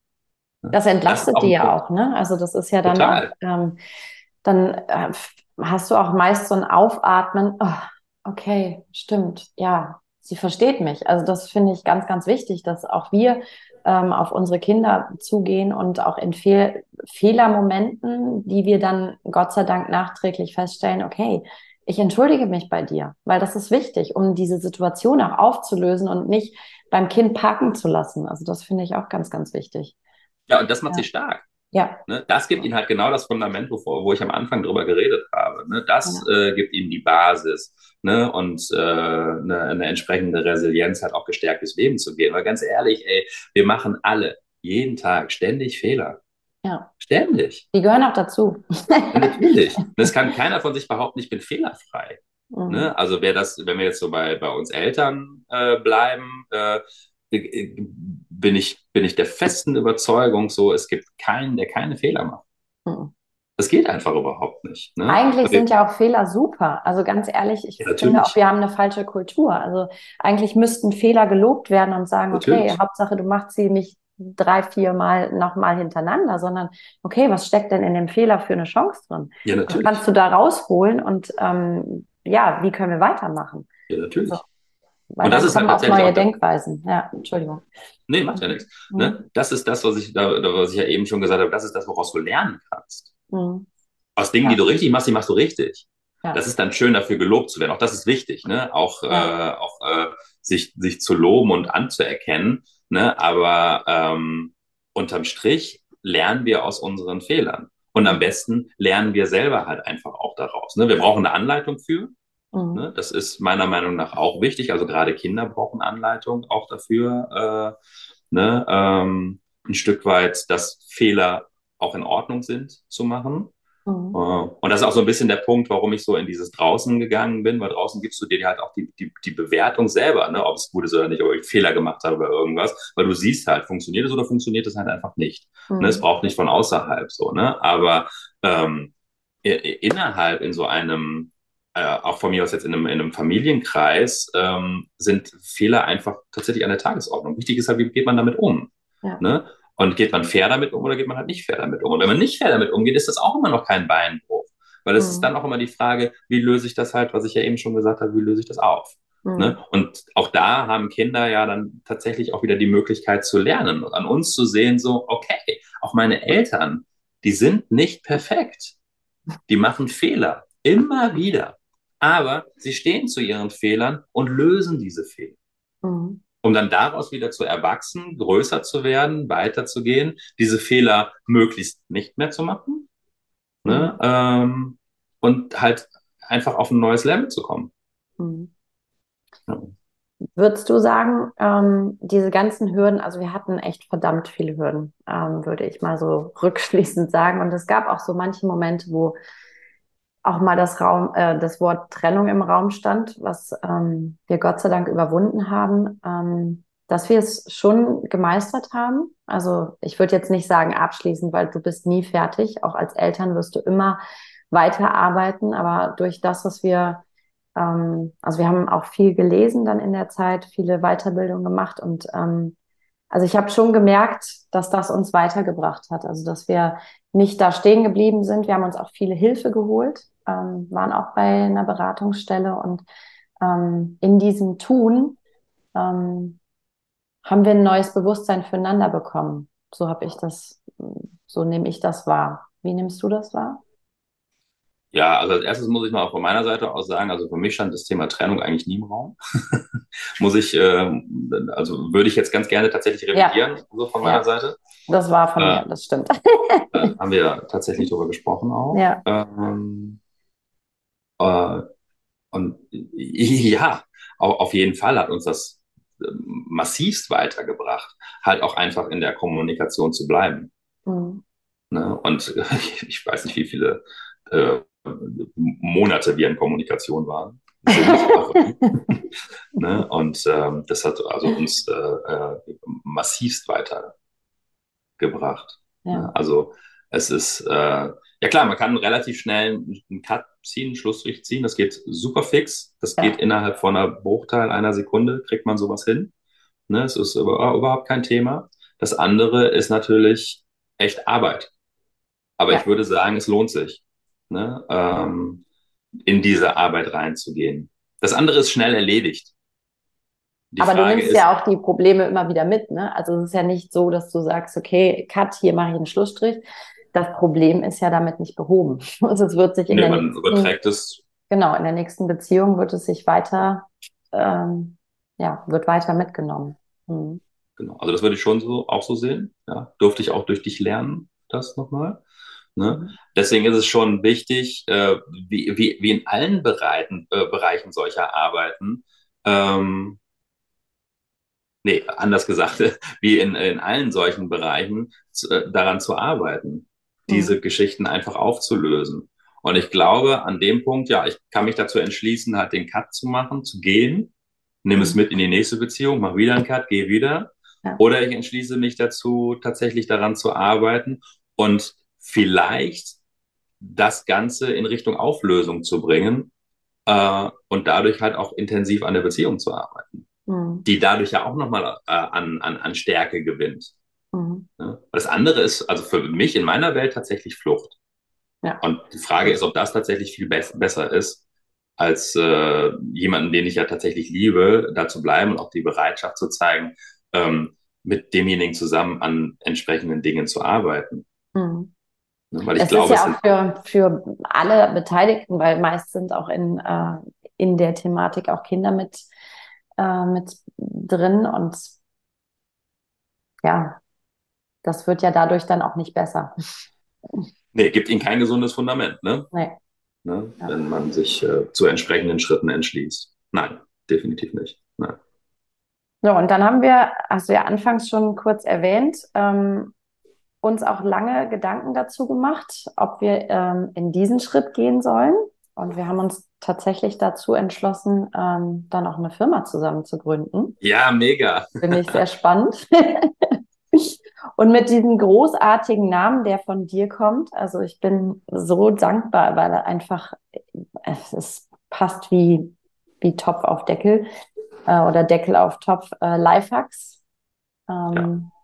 Das Das ist entlastet auch die ein ja Punkt. auch, ne? Also das ist ja dann auch, Total. ähm, dann äh, hast du auch meist so ein Aufatmen, oh, okay, stimmt, ja, sie versteht mich. Also das finde ich ganz, ganz wichtig, dass auch wir ähm, auf unsere Kinder zugehen und auch in Fehl Fehlermomenten, die wir dann Gott sei Dank nachträglich feststellen, okay, ich entschuldige mich bei dir, weil das ist wichtig, um diese Situation auch aufzulösen und nicht beim Kind parken zu lassen. Also das finde ich auch ganz, ganz wichtig. Ja, und das macht sie Ja. stark. Ja. Ne? Das gibt ihnen halt genau das Fundament, wovor, wo ich am Anfang drüber geredet habe. Ne? Das Ja. äh, gibt ihnen die Basis, ne? Und äh, eine, eine entsprechende Resilienz hat auch gestärkt durchs Leben zu gehen. Weil ganz ehrlich, ey, wir machen alle jeden Tag ständig Fehler. Ja. Ständig. Die gehören auch dazu. Ja, natürlich. Das kann keiner von sich behaupten, ich bin fehlerfrei. Mhm. Ne? Also wer das, wenn wir jetzt so bei, bei uns Eltern äh, bleiben, äh, äh, bin ich, bin ich der festen Überzeugung, so, es gibt keinen, der keine Fehler macht. Mhm. Das geht einfach überhaupt nicht. Ne? Eigentlich Also, sind ja auch Fehler super. Also ganz ehrlich, ich ja, finde auch, natürlich, wir haben eine falsche Kultur. Also eigentlich müssten Fehler gelobt werden und sagen, okay, natürlich. Hauptsache, du machst sie nicht drei, vier Mal nochmal hintereinander, sondern okay, was steckt denn in dem Fehler für eine Chance drin? Ja, Was kannst natürlich. du da rausholen und ähm, ja, wie können wir weitermachen? Ja, So, natürlich. weil Und das dann ist halt kommen auch tatsächlich neue auch der, Denkweisen. Ja, Entschuldigung. nee, macht ja Mhm. nichts. Ne? Das ist das, was ich, da, was ich ja eben schon gesagt habe, das ist das, woraus du lernen kannst. Mhm. Aus Dingen, die Ja, du richtig machst, die machst du richtig. Das ja, ist dann schön, dafür gelobt zu werden. Auch das ist wichtig, ne? Auch, äh, ja. auch äh, sich, sich zu loben und anzuerkennen. Ne? Aber ähm, unterm Strich lernen wir aus unseren Fehlern. Und am Mhm. besten lernen wir selber halt einfach auch daraus. Ne? Wir brauchen eine Anleitung für. Mhm. Ne? Das ist meiner Meinung nach auch wichtig. Also gerade Kinder brauchen Anleitung auch dafür, äh, ne? ähm, ein Stück weit, dass Fehler auch in Ordnung sind zu machen. Äh, Mhm. Und das ist auch so ein bisschen der Punkt, warum ich so in dieses Draußen gegangen bin, weil draußen gibst du dir halt auch die, die, die Bewertung selber, ne? Ob es gut ist oder nicht, ob ich Fehler gemacht habe oder irgendwas, weil du siehst halt, funktioniert es oder funktioniert es halt einfach nicht. Ne? Es Mhm. braucht nicht von außerhalb so, ne? Aber ähm, innerhalb in so einem, äh, auch von mir aus jetzt in einem, in einem Familienkreis, ähm, sind Fehler einfach tatsächlich an der Tagesordnung. Wichtig ist halt, wie geht man damit um? Ja. Ne? Und geht man fair damit um oder geht man halt nicht fair damit um? Und wenn man nicht fair damit umgeht, ist das auch immer noch kein Beinbruch. Weil es ist Mhm. dann auch immer die Frage, wie löse ich das halt, was ich ja eben schon gesagt habe, wie löse ich das auf? Ne? Mhm. Und auch da haben Kinder ja dann tatsächlich auch wieder die Möglichkeit zu lernen und an uns zu sehen, so, okay, auch meine Eltern, die sind nicht perfekt. Die machen Fehler. Immer wieder. Aber sie stehen zu ihren Fehlern und lösen diese Fehler. Mhm. Um dann daraus wieder zu erwachsen, größer zu werden, weiterzugehen, diese Fehler möglichst nicht mehr zu machen, ne? Mhm. ähm, und halt einfach auf ein neues Level zu kommen. Mhm. Ja. Würdest du sagen, ähm, diese ganzen Hürden, also wir hatten echt verdammt viele Hürden, ähm, würde ich mal so rückschließend sagen. Und es gab auch so manche Momente, wo auch mal das Raum, äh, das Wort Trennung im Raum stand, was ähm, wir Gott sei Dank überwunden haben, ähm, dass wir es schon gemeistert haben. Also ich würde jetzt nicht sagen abschließend, weil du bist nie fertig. Auch als Eltern wirst du immer weiterarbeiten, aber durch das, was wir, ähm, also wir haben auch viel gelesen dann in der Zeit, viele Weiterbildungen gemacht und ähm, also ich habe schon gemerkt, dass das uns weitergebracht hat. Also dass wir nicht da stehen geblieben sind. Wir haben uns auch viele Hilfe geholt, ähm, waren auch bei einer Beratungsstelle und ähm, in diesem Tun ähm, haben wir ein neues Bewusstsein füreinander bekommen. So habe ich das, so nehme ich das wahr. Wie nimmst du das wahr? Ja, also als erstes muss ich mal auch von meiner Seite aus sagen, also für mich stand das Thema Trennung eigentlich nie im Raum. Muss ich, äh, also würde ich jetzt ganz gerne tatsächlich Ja, revidieren, so von meiner ja, Seite. das war von Äh, mir, das stimmt. äh, haben wir ja tatsächlich darüber gesprochen auch. Ja. Ähm, äh, und ja, au- auf jeden Fall hat uns das äh, massivst weitergebracht, halt auch einfach in der Kommunikation zu bleiben. Mhm. Ne? Und ich weiß nicht, wie viele äh, Monate wir in Kommunikation waren, sind auch. Ne? Und ähm, das hat also uns äh, äh, massivst weitergebracht. Ne? Ja, Also es ist, äh, ja klar, man kann relativ schnell einen Cut ziehen, einen Schlussstrich ziehen. Das geht super fix. Das geht ja, innerhalb von einer Bruchteil einer Sekunde, kriegt man sowas hin. Ne? Es ist über, überhaupt kein Thema. Das andere ist natürlich echt Arbeit. Aber ich ja. würde sagen, es lohnt sich, ne? ähm, in diese Arbeit reinzugehen. Das andere ist schnell erledigt. Die Aber du Frage nimmst ja ist, auch die Probleme immer wieder mit, ne? Also es ist ja nicht so, dass du sagst, okay, Cut, hier mache ich einen Schlussstrich. Das Problem ist ja damit nicht behoben. Also es wird sich in ne, der man nächsten, überträgt es, genau, in der nächsten Beziehung wird es sich weiter, ähm, ja, wird weiter mitgenommen. Mhm. genau. Also das würde ich schon so auch so sehen. Ja, durfte ich auch durch dich lernen, das nochmal. Ne? Mhm. Deswegen ist es schon wichtig, äh, wie, wie, wie in allen Bereichen, äh, Bereichen solcher Arbeiten, ähm, nee, anders gesagt, wie in, in allen solchen Bereichen, zu, äh, daran zu arbeiten, Mhm. diese Geschichten einfach aufzulösen. Und ich glaube, an dem Punkt, ja, ich kann mich dazu entschließen, halt den Cut zu machen, zu gehen, nimm es Mhm. mit in die nächste Beziehung, mach wieder einen Cut, geh wieder. Ja. Oder ich entschließe mich dazu, tatsächlich daran zu arbeiten und vielleicht das Ganze in Richtung Auflösung zu bringen, äh, und dadurch halt auch intensiv an der Beziehung zu arbeiten, Mhm. die dadurch ja auch nochmal äh, an, an, an Stärke gewinnt. Mhm. Ne? Das andere ist, also für mich in meiner Welt tatsächlich Flucht. Ja. Und die Frage ist, ob das tatsächlich viel be besser ist, als äh, jemanden, den ich ja tatsächlich liebe, da zu bleiben und auch die Bereitschaft zu zeigen, ähm, mit demjenigen zusammen an entsprechenden Dingen zu arbeiten. Mhm. Ne? Weil ich Es ist glaube, es ja sind, auch für, für alle Beteiligten, weil meist sind auch in, äh, in der Thematik auch Kinder mit, äh, mit drin und ja, das wird ja dadurch dann auch nicht besser. nee, gibt ihnen kein gesundes Fundament, ne? Nee, Ne? ja. Wenn man sich äh, zu entsprechenden Schritten entschließt. Nein, definitiv nicht. Nein. So, und dann haben wir, hast du ja anfangs schon kurz erwähnt, ähm, uns auch lange Gedanken dazu gemacht, ob wir ähm, in diesen Schritt gehen sollen. Und wir haben uns tatsächlich dazu entschlossen, ähm, dann auch eine Firma zusammen zu gründen. Ja, mega. Finde ich sehr spannend. Und mit diesem großartigen Namen, der von dir kommt, also ich bin so dankbar, weil er einfach, es ist, passt wie, wie Topf auf Deckel äh, oder Deckel auf Topf, äh, Lifehacks. Ja. Ähm,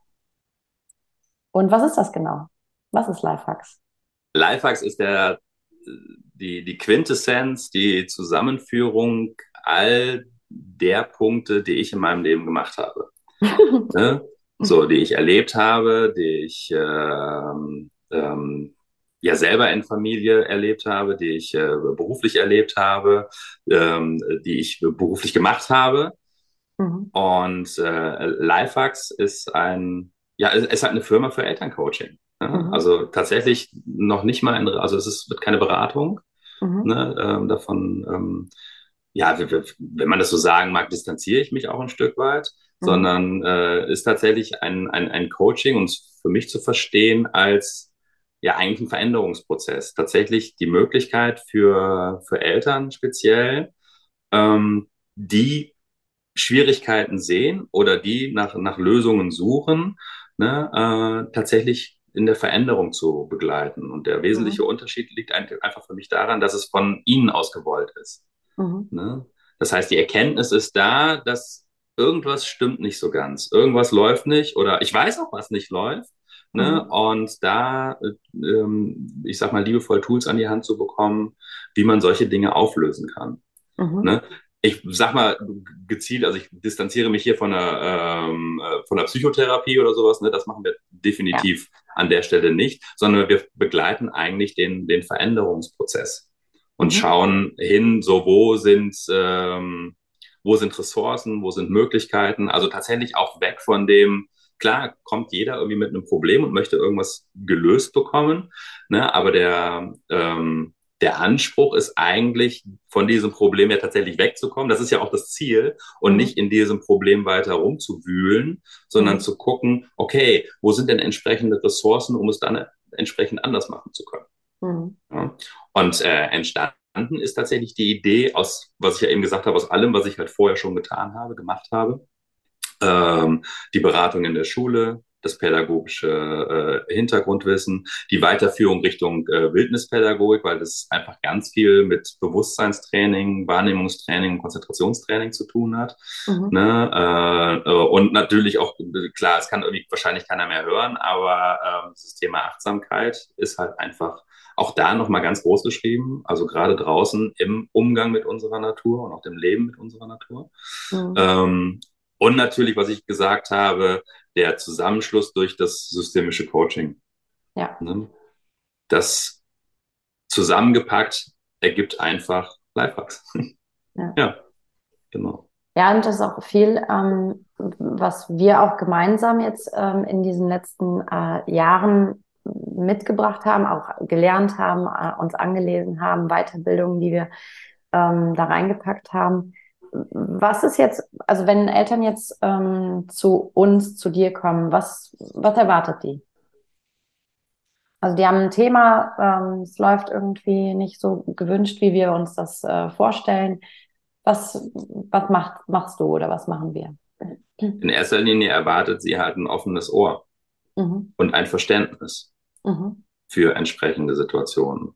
und was ist das genau? Was ist Lifehacks? Lifehacks ist der, die, die Quintessenz, die Zusammenführung all der Punkte, die ich in meinem Leben gemacht habe. Ne? So, die ich erlebt habe, die ich ähm, ähm, ja selber in Familie erlebt habe, die ich äh, beruflich erlebt habe, ähm, die ich beruflich gemacht habe. Mhm. Und äh, Lifehacks ist ein, ja, es ist halt eine Firma für Elterncoaching. Ne? Mhm. Also tatsächlich noch nicht mal, in, also es ist, wird keine Beratung, Mhm. ne, ähm, davon, ähm, ja, wenn man das so sagen mag, distanziere ich mich auch ein Stück weit, Mhm. sondern äh, ist tatsächlich ein, ein, ein Coaching und für mich zu verstehen als ja eigentlich ein Veränderungsprozess. Tatsächlich die Möglichkeit für, für Eltern speziell, ähm, die Schwierigkeiten sehen oder die nach, nach Lösungen suchen, ne, äh, tatsächlich in der Veränderung zu begleiten. Und der wesentliche Mhm. Unterschied liegt einfach für mich daran, dass es von ihnen aus gewollt ist. Mhm. Ne? Das heißt, die Erkenntnis ist da, dass irgendwas stimmt nicht so ganz, irgendwas läuft nicht oder ich weiß auch, was nicht läuft. Ne? Mhm. Und da, ähm, ich sag mal, liebevoll Tools an die Hand zu bekommen, wie man solche Dinge auflösen kann. Mhm. Ne? Ich sag mal gezielt, also ich distanziere mich hier von der, ähm, äh, von der Psychotherapie oder sowas, ne? Das machen wir Ja. definitiv an der Stelle nicht, sondern wir begleiten eigentlich den, den Veränderungsprozess und Mhm. schauen hin, so wo sind, ähm, wo sind Ressourcen, wo sind Möglichkeiten, also tatsächlich auch weg von dem, klar kommt jeder irgendwie mit einem Problem und möchte irgendwas gelöst bekommen, ne? Aber der, ähm, der Anspruch ist eigentlich, von diesem Problem ja tatsächlich wegzukommen. Das ist ja auch das Ziel und Mhm. nicht in diesem Problem weiter rumzuwühlen, sondern Mhm. zu gucken, okay, wo sind denn entsprechende Ressourcen, um es dann entsprechend anders machen zu können. Mhm. Ja? Und äh, entstanden ist tatsächlich die Idee aus, was ich ja eben gesagt habe, aus allem, was ich halt vorher schon getan habe, gemacht habe. Ähm, die Beratung in der Schule, das pädagogische äh, Hintergrundwissen, die Weiterführung Richtung äh, Wildnispädagogik, weil das einfach ganz viel mit Bewusstseinstraining, Wahrnehmungstraining, Konzentrationstraining zu tun hat. Mhm. Ne? Äh, äh, und natürlich auch, klar, es kann irgendwie wahrscheinlich keiner mehr hören, aber äh, das Thema Achtsamkeit ist halt einfach auch da nochmal ganz groß geschrieben, also gerade draußen im Umgang mit unserer Natur und auch dem Leben mit unserer Natur. Mhm. Ähm, und natürlich, was ich gesagt habe, der Zusammenschluss durch das systemische Coaching. Ja. Ne? Das zusammengepackt ergibt einfach Lifehacks. Ja. Ja, genau. Ja, und das ist auch viel, ähm, was wir auch gemeinsam jetzt ähm, in diesen letzten äh, Jahren mitgebracht haben, auch gelernt haben, äh, uns angelesen haben, Weiterbildungen, die wir ähm, da reingepackt haben. Was ist jetzt, also wenn Eltern jetzt ähm, zu uns, zu dir kommen, was, was erwartet die? Also die haben ein Thema, ähm, es läuft irgendwie nicht so gewünscht, wie wir uns das äh, vorstellen. Was, was macht, machst du oder was machen wir? In erster Linie erwartet sie halt ein offenes Ohr Mhm. und ein Verständnis Mhm. für entsprechende Situationen.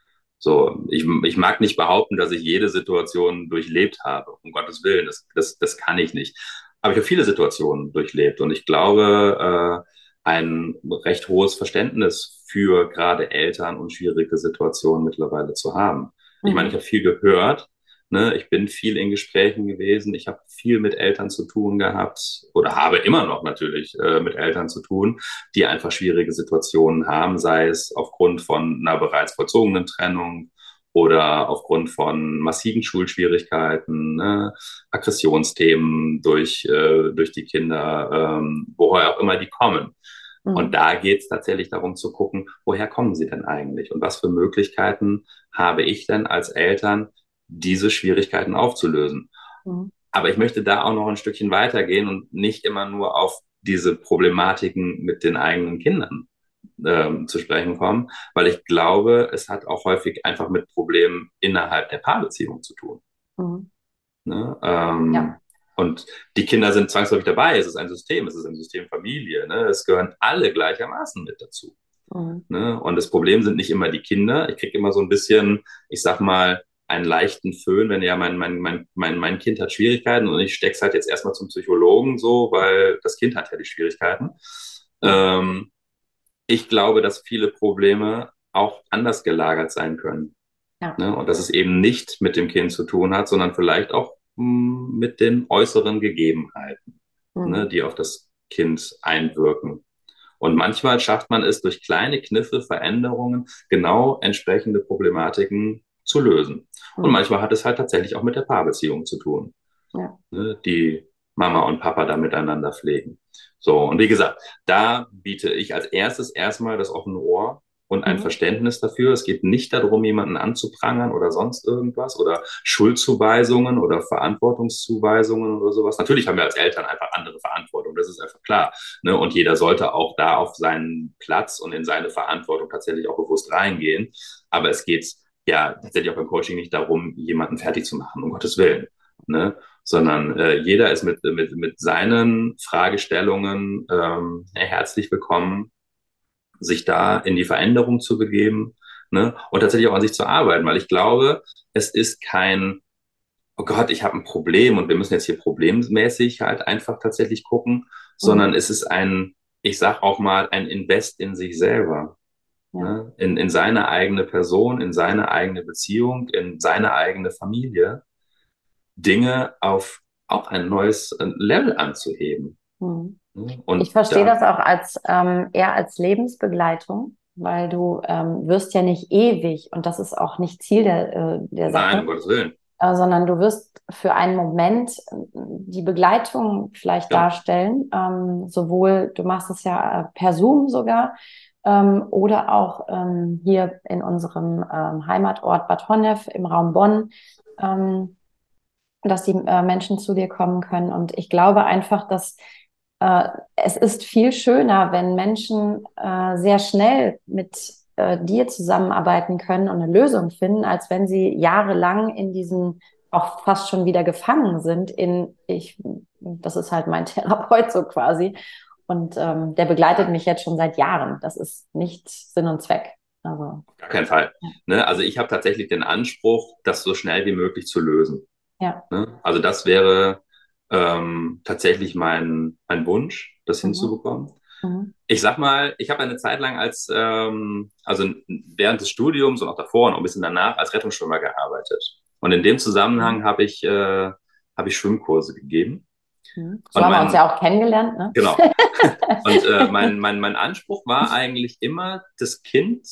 So, ich, ich mag nicht behaupten, dass ich jede Situation durchlebt habe, um Gottes Willen, das, das, das kann ich nicht. Aber ich habe viele Situationen durchlebt und ich glaube, äh, ein recht hohes Verständnis für gerade Eltern und schwierige Situationen mittlerweile zu haben. Ich meine, ich Mhm. habe viel gehört, ne? Ich bin viel in Gesprächen gewesen, ich habe viel mit Eltern zu tun gehabt oder habe immer noch natürlich äh, mit Eltern zu tun, die einfach schwierige Situationen haben, sei es aufgrund von einer bereits vollzogenen Trennung oder aufgrund von massiven Schulschwierigkeiten, ne, Aggressionsthemen durch, äh, durch die Kinder, ähm, woher auch immer die kommen. Und Mhm. da geht es tatsächlich darum zu gucken, woher kommen sie denn eigentlich und was für Möglichkeiten habe ich denn als Eltern, diese Schwierigkeiten aufzulösen. Mhm. Aber ich möchte da auch noch ein Stückchen weitergehen und nicht immer nur auf diese Problematiken mit den eigenen Kindern ähm, zu sprechen kommen, weil ich glaube, es hat auch häufig einfach mit Problemen innerhalb der Paarbeziehung zu tun. Mhm. Ne? Ähm, Ja. und die Kinder sind zwangsläufig dabei. Es ist ein System, es ist ein System Familie. Ne? Es gehören alle gleichermaßen mit dazu. Mhm. Ne? Und das Problem sind nicht immer die Kinder. Ich kriege immer so ein bisschen, ich sag mal, einen leichten Föhn, wenn ja mein, mein, mein, mein, mein Kind hat Schwierigkeiten und ich steck's halt jetzt erstmal zum Psychologen so, weil das Kind hat ja die Schwierigkeiten. Mhm. Ähm, ich glaube, dass viele Probleme auch anders gelagert sein können. Ja. Ne? Und dass es eben nicht mit dem Kind zu tun hat, sondern vielleicht auch mh, mit den äußeren Gegebenheiten, ne, Mhm. die auf das Kind einwirken. Und manchmal schafft man es durch kleine Kniffe, Veränderungen, genau entsprechende Problematiken zu lösen. Und Mhm. manchmal hat es halt tatsächlich auch mit der Paarbeziehung zu tun, Ja. ne, die Mama und Papa da miteinander pflegen. So, und wie gesagt, da biete ich als erstes erstmal das offene Ohr und ein Mhm. Verständnis dafür. Es geht nicht darum, jemanden anzuprangern oder sonst irgendwas oder Schuldzuweisungen oder Verantwortungszuweisungen oder sowas. Natürlich haben wir als Eltern einfach andere Verantwortung, das ist einfach klar. Ne? Und jeder sollte auch da auf seinen Platz und in seine Verantwortung tatsächlich auch bewusst reingehen. Aber es geht ja tatsächlich auch beim Coaching nicht darum, jemanden fertig zu machen, um Gottes Willen. Ne? Sondern äh, jeder ist mit, mit, mit seinen Fragestellungen ähm, herzlich willkommen, sich da in die Veränderung zu begeben, ne? Und tatsächlich auch an sich zu arbeiten, weil ich glaube, es ist kein, oh Gott, ich habe ein Problem und wir müssen jetzt hier problemmäßig halt einfach tatsächlich gucken, Mhm. sondern es ist ein, ich sag auch mal, ein Invest in sich selber, Ja. ne? In, in seine eigene Person, in seine eigene Beziehung, in seine eigene Familie, Dinge auf auch ein neues äh, Level anzuheben. Mhm. Ne? Ich Und verstehe da, das auch als ähm, eher als Lebensbegleitung, weil du ähm, wirst ja nicht ewig und das ist auch nicht Ziel der, äh, der nein, um Sache, Gottes Willen, äh, sondern du wirst für einen Moment äh, die Begleitung vielleicht genau. darstellen. Ähm, sowohl, du machst es ja äh, per Zoom sogar, Ähm, oder auch ähm, hier in unserem ähm, Heimatort Bad Honnef im Raum Bonn, ähm, dass die äh, Menschen zu dir kommen können. Und ich glaube einfach, dass äh, es ist viel schöner, wenn Menschen äh, sehr schnell mit äh, dir zusammenarbeiten können und eine Lösung finden, als wenn sie jahrelang in diesen auch fast schon wieder gefangen sind in ich, das ist halt mein Therapeut so quasi. Und ähm, der begleitet mich jetzt schon seit Jahren. Das ist nicht Sinn und Zweck. Also, Gar keinen Fall. ja. Ne? Also ich habe tatsächlich den Anspruch, das so schnell wie möglich zu lösen. Ja. Ne? Also das wäre ähm, tatsächlich mein, mein Wunsch, das Mhm. hinzubekommen. Mhm. Ich sag mal, ich habe eine Zeit lang als, ähm, also während des Studiums und auch davor und auch ein bisschen danach als Rettungsschwimmer gearbeitet. Und in dem Mhm. Zusammenhang habe ich, äh, habe ich Schwimmkurse gegeben. Mhm. So Und haben wir uns mein, ja auch kennengelernt, ne? genau. Und äh, mein, mein, mein Anspruch war eigentlich immer, das Kind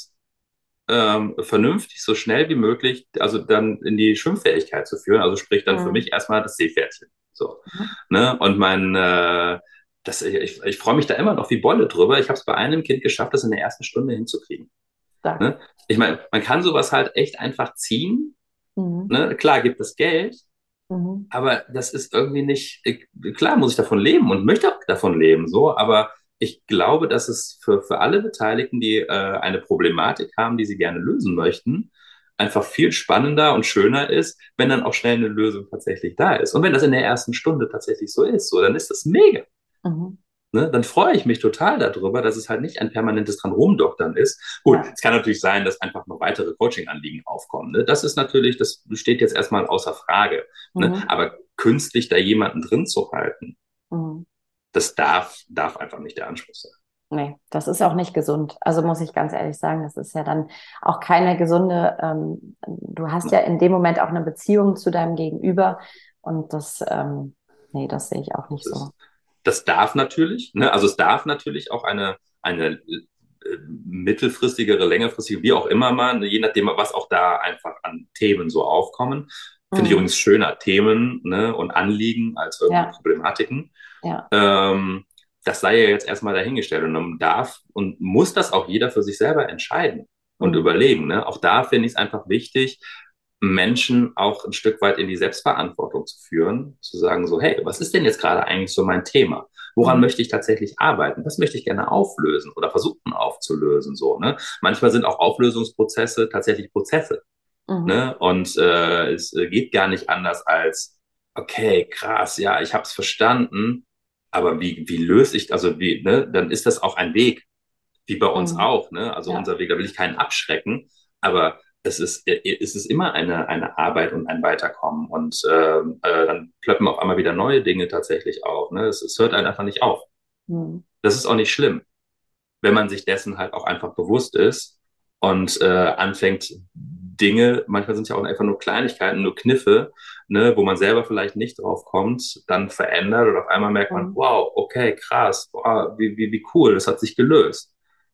ähm, vernünftig, so schnell wie möglich, also dann in die Schwimmfähigkeit zu führen. Also sprich dann für Mhm. mich erstmal das Seepferdchen. So, Mhm. ne? Und mein, äh, das, ich, ich freue mich da immer noch wie Bolle drüber. Ich habe es bei einem Kind geschafft, das in der ersten Stunde hinzukriegen. Stark. Ne? Ich meine, man kann sowas halt echt einfach ziehen. Mhm. Ne? Klar gibt es Geld, Mhm. aber das ist irgendwie nicht, ich, klar muss ich davon leben und möchte auch davon leben, so, aber ich glaube, dass es für, für alle Beteiligten, die äh, eine Problematik haben, die sie gerne lösen möchten, einfach viel spannender und schöner ist, wenn dann auch schnell eine Lösung tatsächlich da ist. Und wenn das in der ersten Stunde tatsächlich so ist, so, dann ist das mega. Mhm. Ne, dann freue ich mich total darüber, dass es halt nicht ein permanentes dran rumdoktern ist. Gut, Ja. es kann natürlich sein, dass einfach noch weitere Coaching-Anliegen aufkommen. Ne? Das ist natürlich, das steht jetzt erstmal außer Frage. Ne? Mhm. Aber künstlich da jemanden drin zu halten, Mhm. das darf, darf einfach nicht der Anspruch sein. Nee, das ist auch nicht gesund. Also muss ich ganz ehrlich sagen, das ist ja dann auch keine gesunde, ähm, du hast ja in dem Moment auch eine Beziehung zu deinem Gegenüber und das, ähm, nee, das sehe ich auch Das nicht so. ist, das darf natürlich, ne? Also es darf natürlich auch eine, eine äh, mittelfristigere, längerfristige, wie auch immer mal, ne? Je nachdem, was auch da einfach an Themen so aufkommen. Finde ich Mhm. übrigens schöner Themen, ne, und Anliegen als irgendwie Ja, Problematiken. ja. Ähm, Das sei ja jetzt erstmal dahingestellt und dann darf und muss das auch jeder für sich selber entscheiden und Mhm. überlegen. Ne? Auch da finde ich es einfach wichtig, Menschen auch ein Stück weit in die Selbstverantwortung zu führen, zu sagen so, hey, was ist denn jetzt gerade eigentlich so mein Thema? Woran Mhm. möchte ich tatsächlich arbeiten? Was möchte ich gerne auflösen oder versuchen aufzulösen? So, ne? Manchmal sind auch Auflösungsprozesse tatsächlich Prozesse. Mhm. Ne? Und äh, es äh, geht gar nicht anders als, okay, krass, ja, ich habe es verstanden, aber wie, wie löse ich, also wie, ne, dann ist das auch ein Weg, wie bei uns Mhm. auch, ne? Also Ja. unser Weg, da will ich keinen abschrecken, aber es ist, äh, es ist immer eine, eine Arbeit und ein Weiterkommen. Und ähm, äh, dann plöppen auf einmal wieder neue Dinge tatsächlich auf. Ne? Es, es hört halt einfach nicht auf. Mhm. Das ist auch nicht schlimm, wenn man sich dessen halt auch einfach bewusst ist und äh, anfängt, Dinge, manchmal sind es ja auch einfach nur Kleinigkeiten, nur Kniffe, ne, wo man selber vielleicht nicht drauf kommt, dann verändert und auf einmal merkt man, Mhm. wow, okay, krass, wow, wie, wie, wie cool, das hat sich gelöst.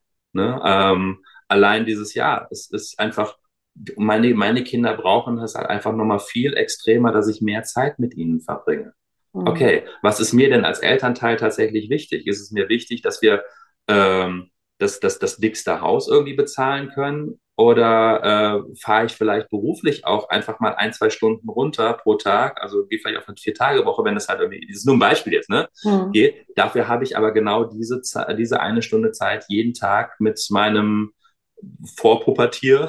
Ne? Ähm, allein dieses Jahr, es ist einfach, meine, meine Kinder brauchen es halt einfach nochmal viel extremer, dass ich mehr Zeit mit ihnen verbringe. Mhm. Okay, was ist mir denn als Elternteil tatsächlich wichtig? Ist es mir wichtig, dass wir ähm, das, das, das dickste Haus irgendwie bezahlen können? Oder äh, fahre ich vielleicht beruflich auch einfach mal ein, zwei Stunden runter pro Tag? Also gehe vielleicht auf eine Vier-Tage-Woche, wenn das halt irgendwie, das ist nur ein Beispiel jetzt, ne? Mhm. Geht. Dafür habe ich aber genau diese, diese eine Stunde Zeit jeden Tag mit meinem Vorpubertier,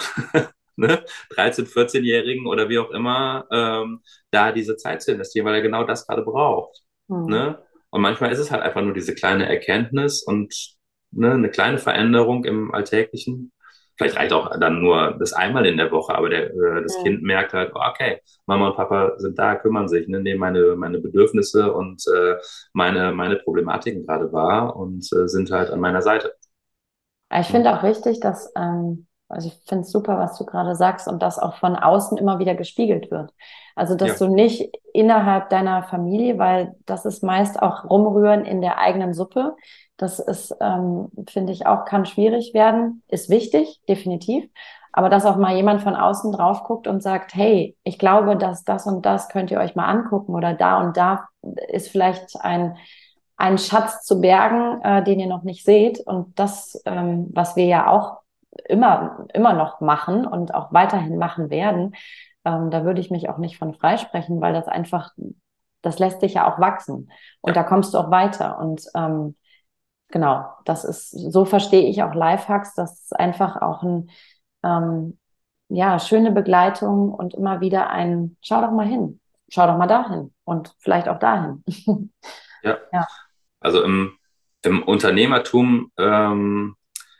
ne? dreizehn-, vierzehn-Jährigen oder wie auch immer, ähm, da diese Zeit zu investieren, weil er genau das gerade braucht. Mhm. Ne? Und manchmal ist es halt einfach nur diese kleine Erkenntnis und ne, eine kleine Veränderung im Alltäglichen. Vielleicht reicht auch dann nur das einmal in der Woche, aber der, äh, das Kind Mhm. merkt halt, oh, okay, Mama und Papa sind da, kümmern sich, ne, nehmen meine, meine Bedürfnisse und äh, meine, meine Problematiken gerade wahr und äh, sind halt an meiner Seite. Ich Ne? finde auch wichtig, dass, ähm, also ich finde es super, was du gerade sagst und das auch von außen immer wieder gespiegelt wird. Also, dass Ja, du nicht innerhalb deiner Familie, weil das ist meist auch Rumrühren in der eigenen Suppe. Das ist, ähm, finde ich auch, kann schwierig werden, ist wichtig, definitiv. Aber dass auch mal jemand von außen drauf guckt und sagt, hey, ich glaube, dass das und das könnt ihr euch mal angucken oder da und da ist vielleicht ein einen Schatz zu bergen, äh, den ihr noch nicht seht. Und das, ähm, was wir ja auch immer, immer noch machen und auch weiterhin machen werden, ähm, da würde ich mich auch nicht von freisprechen, weil das einfach, das lässt dich ja auch wachsen. Und Ja. da kommst du auch weiter. Und ähm, genau, das ist, so verstehe ich auch Lifehacks, das ist einfach auch ein, ähm, ja, schöne Begleitung und immer wieder ein, schau doch mal hin, schau doch mal dahin und vielleicht auch dahin. Ja. Ja. Also im, im Unternehmertum ähm,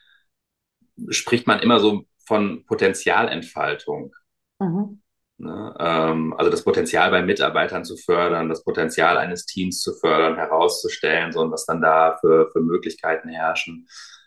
spricht man immer so von Potenzialentfaltung. Mhm. Ne? Ähm, also das Potenzial bei Mitarbeitern zu fördern, das Potenzial eines Teams zu fördern, herauszustellen, so und was dann da für, für Möglichkeiten herrschen.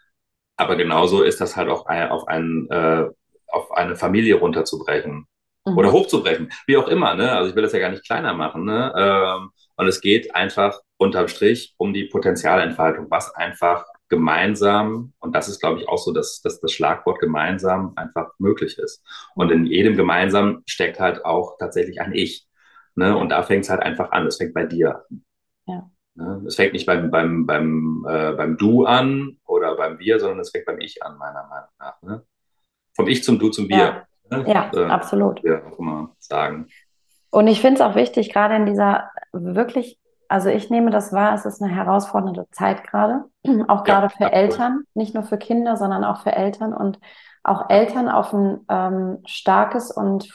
Aber genauso ist das halt auch ein, auf, ein, äh, auf eine Familie runterzubrechen oder Mhm. hochzubrechen, wie auch immer. Ne? Also ich will das ja gar nicht kleiner machen. Ne? Ähm, und es geht einfach unterm Strich um die Potenzialentfaltung, was einfach gemeinsam, und das ist, glaube ich, auch so, dass, dass das Schlagwort gemeinsam einfach möglich ist. Und Mhm. in jedem gemeinsam steckt halt auch tatsächlich ein Ich. Ne? Und Ja, da fängt es halt einfach an. Es fängt bei dir an. ja, Ne? Es fängt nicht beim, beim, beim, äh, beim Du an oder beim Wir, sondern es fängt beim Ich an, meiner Meinung nach. Ne? Vom Ich zum Du zum Wir. ja, Ne? ja, Äh, absolut. wir auch immer sagen. Und ich finde es auch wichtig, gerade in dieser wirklich, also ich nehme das wahr, es ist eine herausfordernde Zeit gerade, auch Ja, gerade für absolut. Eltern, nicht nur für Kinder, sondern auch für Eltern und auch Eltern auf ein ähm, starkes und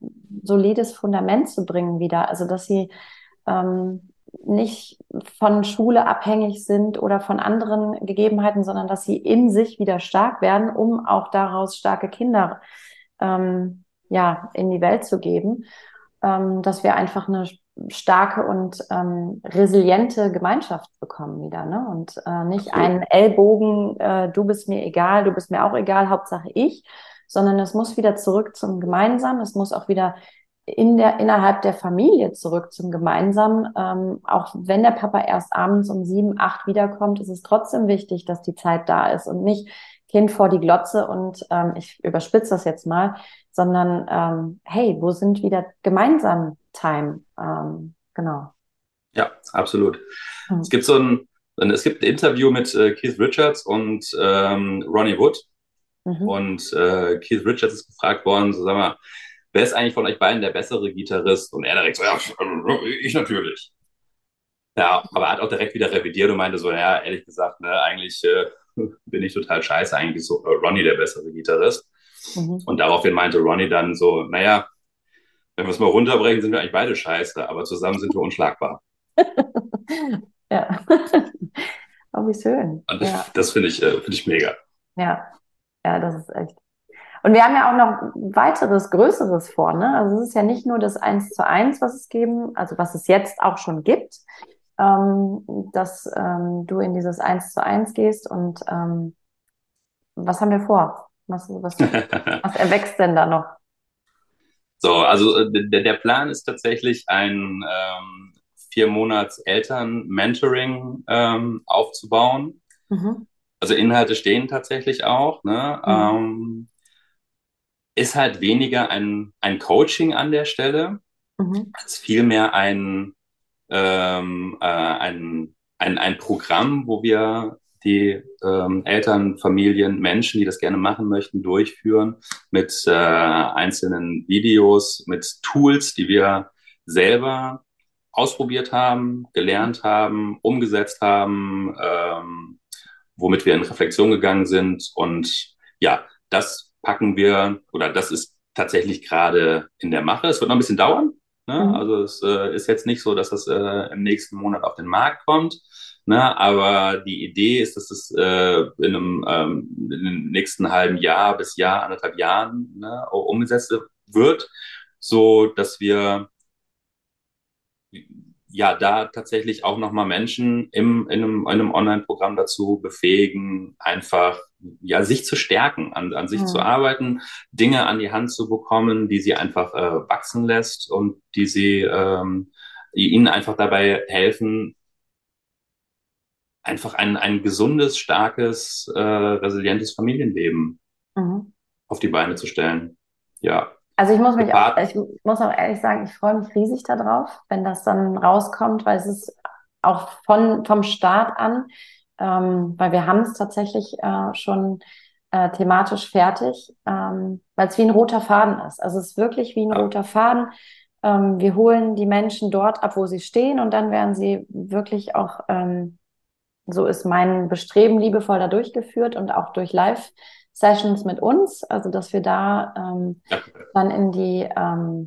solides Fundament zu bringen wieder. Also dass sie ähm, nicht von Schule abhängig sind oder von anderen Gegebenheiten, sondern dass sie in sich wieder stark werden, um auch daraus starke Kinder ähm, ja, in die Welt zu geben, ähm, dass wir einfach eine starke und ähm, resiliente Gemeinschaft bekommen wieder, ne? Und äh, nicht Absolut. einen Ellbogen, äh, du bist mir egal, du bist mir auch egal, Hauptsache ich, sondern es muss wieder zurück zum Gemeinsamen, es muss auch wieder in der, innerhalb der Familie zurück zum Gemeinsamen. Ähm, auch wenn der Papa erst abends um sieben, acht wiederkommt, ist es trotzdem wichtig, dass die Zeit da ist und nicht Kind vor die Glotze und ähm, ich überspitze das jetzt mal, sondern ähm, hey, wo sind wieder gemeinsam Time? Ähm, genau. Ja, absolut. Es Hm. gibt so ein, es gibt ein Interview mit äh, Keith Richards und ähm, Ronnie Wood. Mhm. Und äh, Keith Richards ist gefragt worden, so sag mal, wer ist eigentlich von euch beiden der bessere Gitarrist? Und er direkt so, ja, ich natürlich. Ja, aber er hat auch direkt wieder revidiert und meinte so, ja, ehrlich gesagt, ne, eigentlich äh, bin ich total scheiße, eigentlich ist so äh, Ronnie der bessere Gitarrist. Mhm. Und daraufhin meinte Ronnie dann so, naja, wenn wir es mal runterbrechen, sind wir eigentlich beide scheiße, aber zusammen sind wir unschlagbar. Ja. Oh, wie schön. Und Ja, das finde ich, äh, finde ich mega. ja, ja, das ist echt. Und wir haben ja auch noch weiteres, Größeres vor, ne? Also es ist ja nicht nur das Eins zu eins, was es geben, also was es jetzt auch schon gibt, ähm, dass ähm, du in dieses Eins zu eins gehst und ähm, was haben wir vor? Was, was, was erwächst denn da noch? So, also äh, der, der Plan ist tatsächlich ein ähm, vier Monats Eltern-Mentoring ähm, aufzubauen. Mhm. Also Inhalte stehen tatsächlich auch, ne? Mhm. Ähm, ist halt weniger ein, ein Coaching an der Stelle, Mhm. als vielmehr ein, ähm, äh, ein, ein, ein Programm, wo wir die ähm, Eltern, Familien, Menschen, die das gerne machen möchten, durchführen mit äh, einzelnen Videos, mit Tools, die wir selber ausprobiert haben, gelernt haben, umgesetzt haben, ähm, womit wir in Reflexion gegangen sind. Und ja, das packen wir, oder das ist tatsächlich gerade in der Mache. Es wird noch ein bisschen dauern. Ne? Mhm. Also es äh, ist jetzt nicht so, dass das äh, im nächsten Monat auf den Markt kommt. Ne? Aber die Idee ist, dass es äh, in, einem, ähm, in dem nächsten halben Jahr bis Jahr, anderthalb Jahren ne, umgesetzt wird, so dass wir ja, da tatsächlich auch nochmal Menschen im, in einem, in einem Online-Programm dazu befähigen, einfach ja, sich zu stärken, an, an sich zu Mhm. arbeiten, Dinge an die Hand zu bekommen, die sie einfach äh, wachsen lässt und die sie ähm, die ihnen einfach dabei helfen, einfach ein, ein gesundes, starkes, äh, resilientes Familienleben Mhm. auf die Beine zu stellen. Ja, Also ich muss mich auch, gepaart. ich muss auch ehrlich sagen, ich freue mich riesig darauf, wenn das dann rauskommt, weil es ist auch von, vom Start an, ähm, weil wir haben es tatsächlich äh, schon äh, thematisch fertig, ähm, weil es wie ein roter Faden ist. Also es ist wirklich wie ein Ja, roter Faden. Ähm, wir holen die Menschen dort ab, wo sie stehen und dann werden sie wirklich auch, ähm, so ist mein Bestreben, liebevoll da durchgeführt und auch durch Live-Sessions mit uns, also dass wir da ähm, ja, dann in die ähm,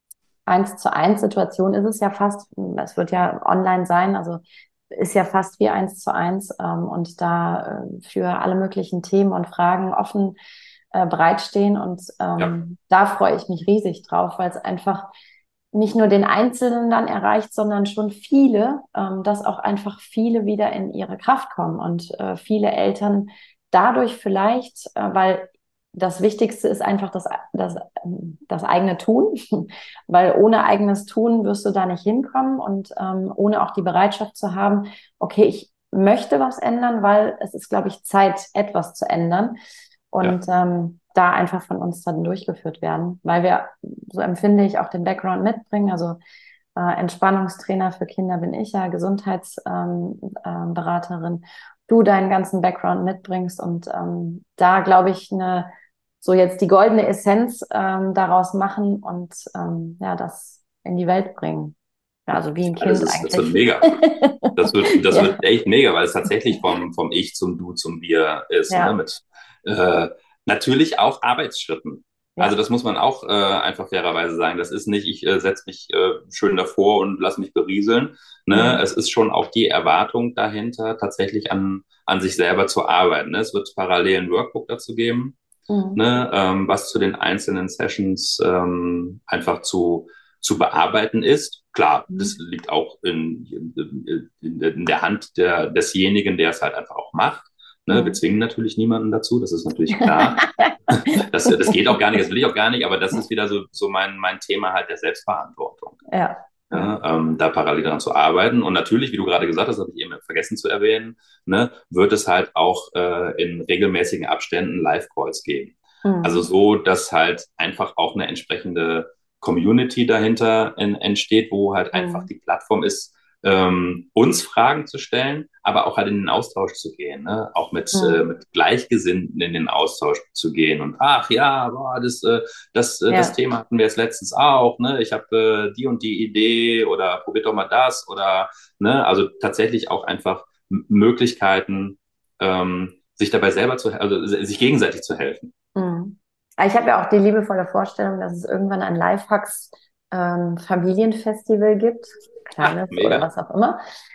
eins zu eins Situation ist es ja fast, es wird ja online sein, also ist ja fast wie eins zu eins ähm, und da äh, für alle möglichen Themen und Fragen offen äh, bereitstehen und ja. ähm, da freue ich mich riesig drauf, weil es einfach nicht nur den Einzelnen dann erreicht, sondern schon viele, ähm, dass auch einfach viele wieder in ihre Kraft kommen und äh, viele Eltern dadurch vielleicht, äh, weil das Wichtigste ist einfach das, das, das eigene Tun, weil ohne eigenes Tun wirst du da nicht hinkommen und ähm, ohne auch die Bereitschaft zu haben, okay, ich möchte was ändern, weil es ist, glaube ich, Zeit, etwas zu ändern Ja. und ähm, da einfach von uns dann durchgeführt werden, weil wir, so empfinde ich, auch den Background mitbringen. Also äh, Entspannungstrainer für Kinder bin ich ja, Gesundheitsberaterin. Ähm, ähm, Beraterin. Du deinen ganzen Background mitbringst und ähm, da glaube ich eine so jetzt die goldene Essenz ähm, daraus machen und ähm, ja das in die Welt bringen. Ja, also wie ein Ja, das Kind ist, das wird eigentlich. mega. Das wird, das Ja, wird echt mega, weil es tatsächlich vom, vom Ich zum Du zum Wir ist, ne? ja, Mit äh, natürlich auch Arbeitsschritten. Also ja. das muss man auch äh, einfach fairerweise sagen. Das ist nicht, ich äh, setze mich äh, schön davor und lasse mich berieseln. Ne? Mhm. Es ist schon auch die Erwartung dahinter, tatsächlich an, an sich selber zu arbeiten. Ne? Es wird parallel ein Workbook dazu geben, Mhm. ne, ähm, was zu den einzelnen Sessions ähm, einfach zu, zu bearbeiten ist. Klar, das Mhm. liegt auch in, in, in der Hand der, desjenigen, der es halt einfach auch macht. Ne, wir Mhm. zwingen natürlich niemanden dazu, das ist natürlich klar. Das, das geht auch gar nicht, das will ich auch gar nicht, aber das ist wieder so, so mein, mein Thema halt der Selbstverantwortung. Ja, ja. Ja, ähm, da parallel daran zu arbeiten. Und natürlich, wie du gerade gesagt hast, habe ich eben vergessen zu erwähnen, ne, wird es halt auch äh, in regelmäßigen Abständen Live-Calls geben. Also Mhm. so, dass halt einfach auch eine entsprechende Community dahinter in, entsteht, wo halt einfach Mhm. die Plattform ist, ähm, uns Fragen zu stellen, aber auch halt in den Austausch zu gehen, ne? Auch mit, äh, Mhm. mit Gleichgesinnten in den Austausch zu gehen und ach ja, boah, das, äh, das, äh, das Ja. Thema hatten wir jetzt letztens auch, ne? Ich habe äh, die und die Idee oder probiert doch mal das oder ne? Also tatsächlich auch einfach M- Möglichkeiten, ähm, sich dabei selber zu, also sich gegenseitig zu helfen. Mhm. Aber ich habe ja auch die liebevolle Vorstellung, dass es irgendwann ein Lifehacks ähm, Familienfestival gibt, Ah, kleines oder mega. was auch immer,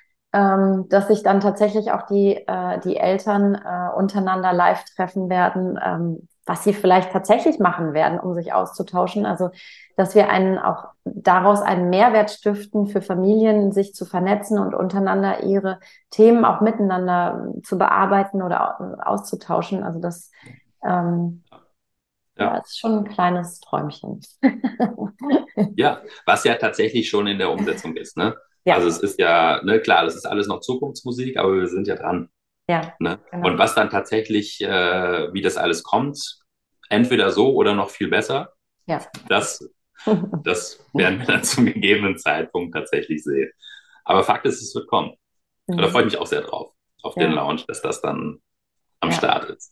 ähm, dass sich dann tatsächlich auch die, äh, die Eltern äh, untereinander live treffen werden, ähm, was sie vielleicht tatsächlich machen werden, um sich auszutauschen. Also, dass wir einen auch daraus einen Mehrwert stiften für Familien, sich zu vernetzen und untereinander ihre Themen auch miteinander zu bearbeiten oder au- auszutauschen. Also das ähm, ja, Ja. ist schon ein kleines Träumchen. Ja, was ja tatsächlich schon in der Umsetzung ist, ne? Also Ja, es ist ja, ne, klar, das ist alles noch Zukunftsmusik, aber wir sind ja dran, ja, ne? Und genau. was dann tatsächlich, äh, wie das alles kommt, entweder so oder noch viel besser, Ja. das, das werden wir dann zum gegebenen Zeitpunkt tatsächlich sehen. Aber Fakt ist, es wird kommen. Und da freue Mhm. ich mich auch sehr drauf, auf den Ja, Launch, dass das dann am ja. Start ist.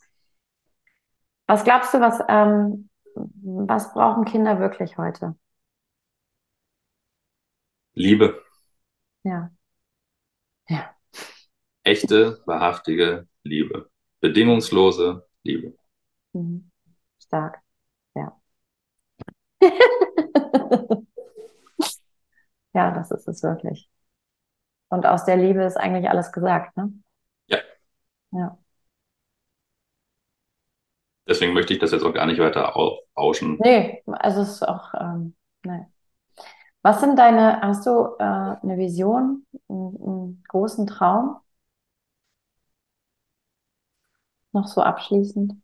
Was glaubst du, was, ähm, was brauchen Kinder wirklich heute? Liebe, Ja, ja. echte, wahrhaftige Liebe, bedingungslose Liebe. Mhm. Stark, ja. Ja, das ist es wirklich. Und aus der Liebe ist eigentlich alles gesagt, ne? Ja, Ja. deswegen möchte ich das jetzt auch gar nicht weiter aufbauschen. Nee, also es ist auch, ähm, nee. Was sind deine, hast du äh, eine Vision, einen, einen großen Traum, noch so abschließend?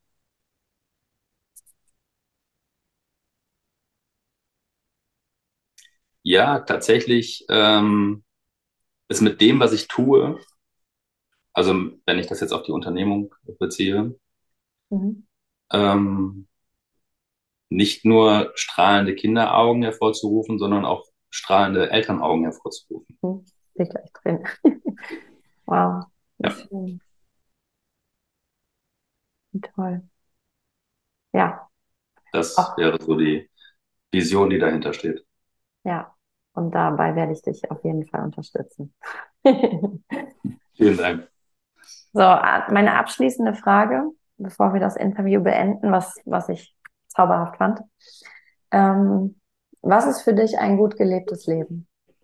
Ja, tatsächlich ähm, ist mit dem, was ich tue, also wenn ich das jetzt auf die Unternehmung beziehe, Mhm. ähm, nicht nur strahlende Kinderaugen hervorzurufen, sondern auch strahlende Elternaugen hervorzurufen. Mhm. sehe gleich drin. Wow, Ja, schön. Toll. Ja, das auch, wäre so die Vision, die dahinter steht. ja. Und dabei werde ich dich auf jeden Fall unterstützen. Vielen Dank. So, a- meine abschließende Frage, bevor wir das Interview beenden, was, was ich zauberhaft fand. Ähm, Was ist für dich ein gut gelebtes Leben?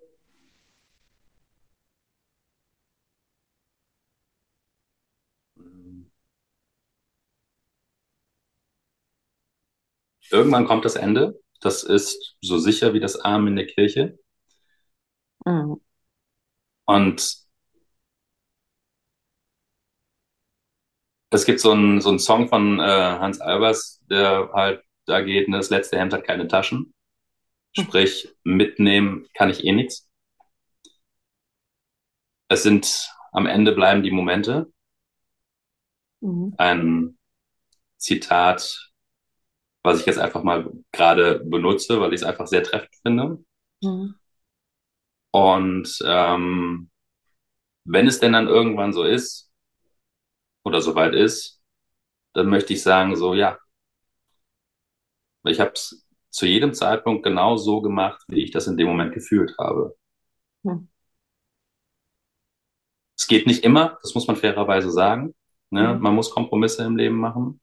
Irgendwann kommt das Ende. Das ist so sicher wie das Amen in der Kirche. Mhm. Und es gibt so einen, so einen Song von äh, Hans Albers, der halt da geht, ne, das letzte Hemd hat keine Taschen. Sprich, mitnehmen kann ich eh nichts. Es sind, am Ende bleiben die Momente. Mhm. Ein Zitat, was ich jetzt einfach mal gerade benutze, weil ich es einfach sehr treffend finde. Mhm. Und ähm, wenn es denn dann irgendwann so ist oder soweit ist, dann möchte ich sagen, so ja, ich habe es zu jedem Zeitpunkt genau so gemacht, wie ich das in dem Moment gefühlt habe. Mhm. Es geht nicht immer, das muss man fairerweise sagen. Ne? Mhm. Man muss Kompromisse im Leben machen.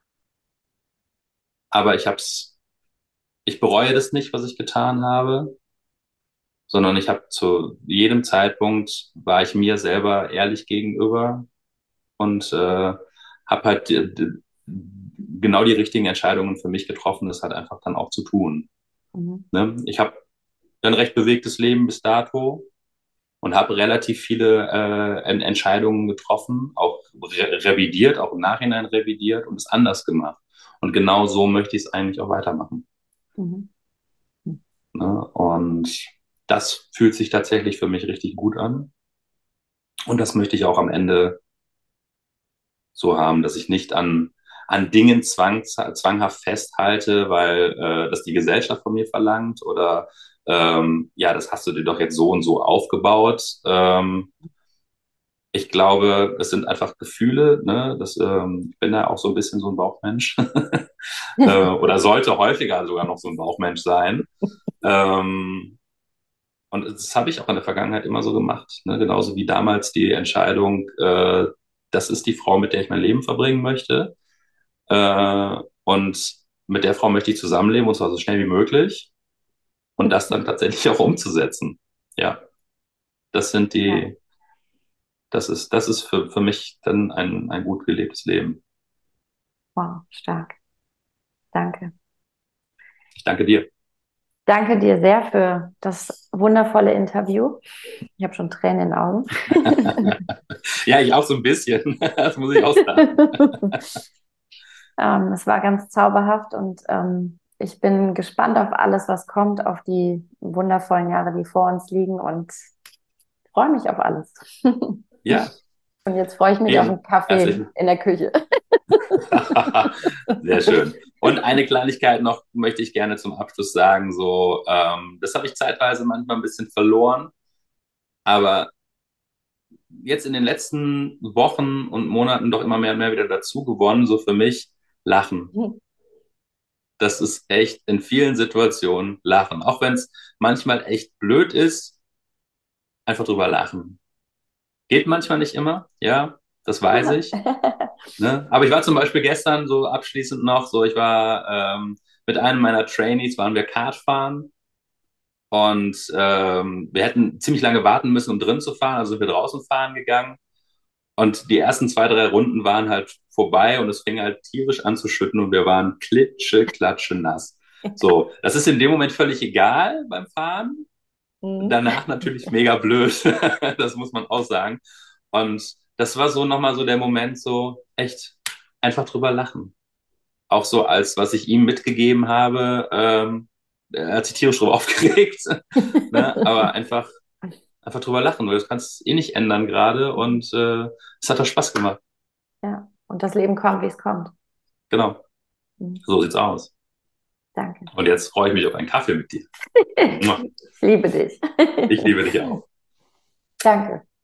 Aber ich hab's, ich bereue das nicht, was ich getan habe, sondern ich habe zu jedem Zeitpunkt war ich mir selber ehrlich gegenüber und äh, habe halt die, die, genau die richtigen Entscheidungen für mich getroffen, das halt einfach dann auch zu tun. Mhm. Ne? Ich habe ein recht bewegtes Leben bis dato und habe relativ viele äh, Entscheidungen getroffen, auch re revidiert, auch im Nachhinein revidiert und es anders gemacht. Und genau so möchte ich es eigentlich auch weitermachen. Mhm. Mhm. Ne? Und das fühlt sich tatsächlich für mich richtig gut an. Und das möchte ich auch am Ende so haben, dass ich nicht an, an Dingen zwang, zwanghaft festhalte, weil äh, das die Gesellschaft von mir verlangt oder ähm, ja, das hast du dir doch jetzt so und so aufgebaut. Ähm, ich glaube, es sind einfach Gefühle, ne? Das, ähm, ich bin da auch so ein bisschen so ein Bauchmensch äh, oder sollte häufiger sogar noch so ein Bauchmensch sein. Ähm, und das habe ich auch in der Vergangenheit immer so gemacht, ne? Genauso wie damals die Entscheidung, äh, das ist die Frau, mit der ich mein Leben verbringen möchte. Äh, und mit der Frau möchte ich zusammenleben und zwar so schnell wie möglich und das dann tatsächlich auch umzusetzen. Ja, das sind Ja, die, das ist, das ist für, für mich dann ein, ein gut gelebtes Leben. wow, stark. Danke. Ich danke dir. Danke dir sehr für das wundervolle Interview. Ich habe schon Tränen in den Augen. Ja, ich auch so ein bisschen. Das muss ich auch sagen. Ähm, es war ganz zauberhaft und ähm, ich bin gespannt auf alles, was kommt, auf die wundervollen Jahre, die vor uns liegen und freue mich auf alles. Ja, Und jetzt freue ich mich auf vielen einen Kaffee herzlichen. in der Küche. Sehr schön. Und eine Kleinigkeit noch möchte ich gerne zum Abschluss sagen. So, ähm, das habe ich zeitweise manchmal ein bisschen verloren, aber jetzt in den letzten Wochen und Monaten doch immer mehr und mehr wieder dazu gewonnen. So für mich Lachen. Das ist echt in vielen Situationen Lachen. Auch wenn es manchmal echt blöd ist, einfach drüber lachen. Geht manchmal nicht immer, ja, das weiß ich. Ne? Aber ich war zum Beispiel gestern so abschließend noch, so ich war ähm, mit einem meiner Trainees, waren wir Kart fahren und ähm, wir hätten ziemlich lange warten müssen, um drin zu fahren, also sind wir draußen fahren gegangen und die ersten zwei, drei Runden waren halt vorbei und es fing halt tierisch an zu schütten und wir waren klitsche, klatsche nass. So, das ist in dem Moment völlig egal beim Fahren. Mhm. Danach natürlich mega blöd, das muss man auch sagen. Und das war so nochmal so der Moment, so echt einfach drüber lachen. Auch so als was ich ihm mitgegeben habe, ähm, er hat sich tierisch drüber aufgeregt, ne? Aber einfach, einfach drüber lachen, weil das kannst du eh nicht ändern gerade und äh, es hat doch Spaß gemacht. Ja, und das Leben kommt, wie es kommt. Genau, Mhm. so sieht's aus. Danke. Und jetzt freue ich mich auf einen Kaffee mit dir. Mua. Ich liebe dich. Ich liebe dich auch. Danke.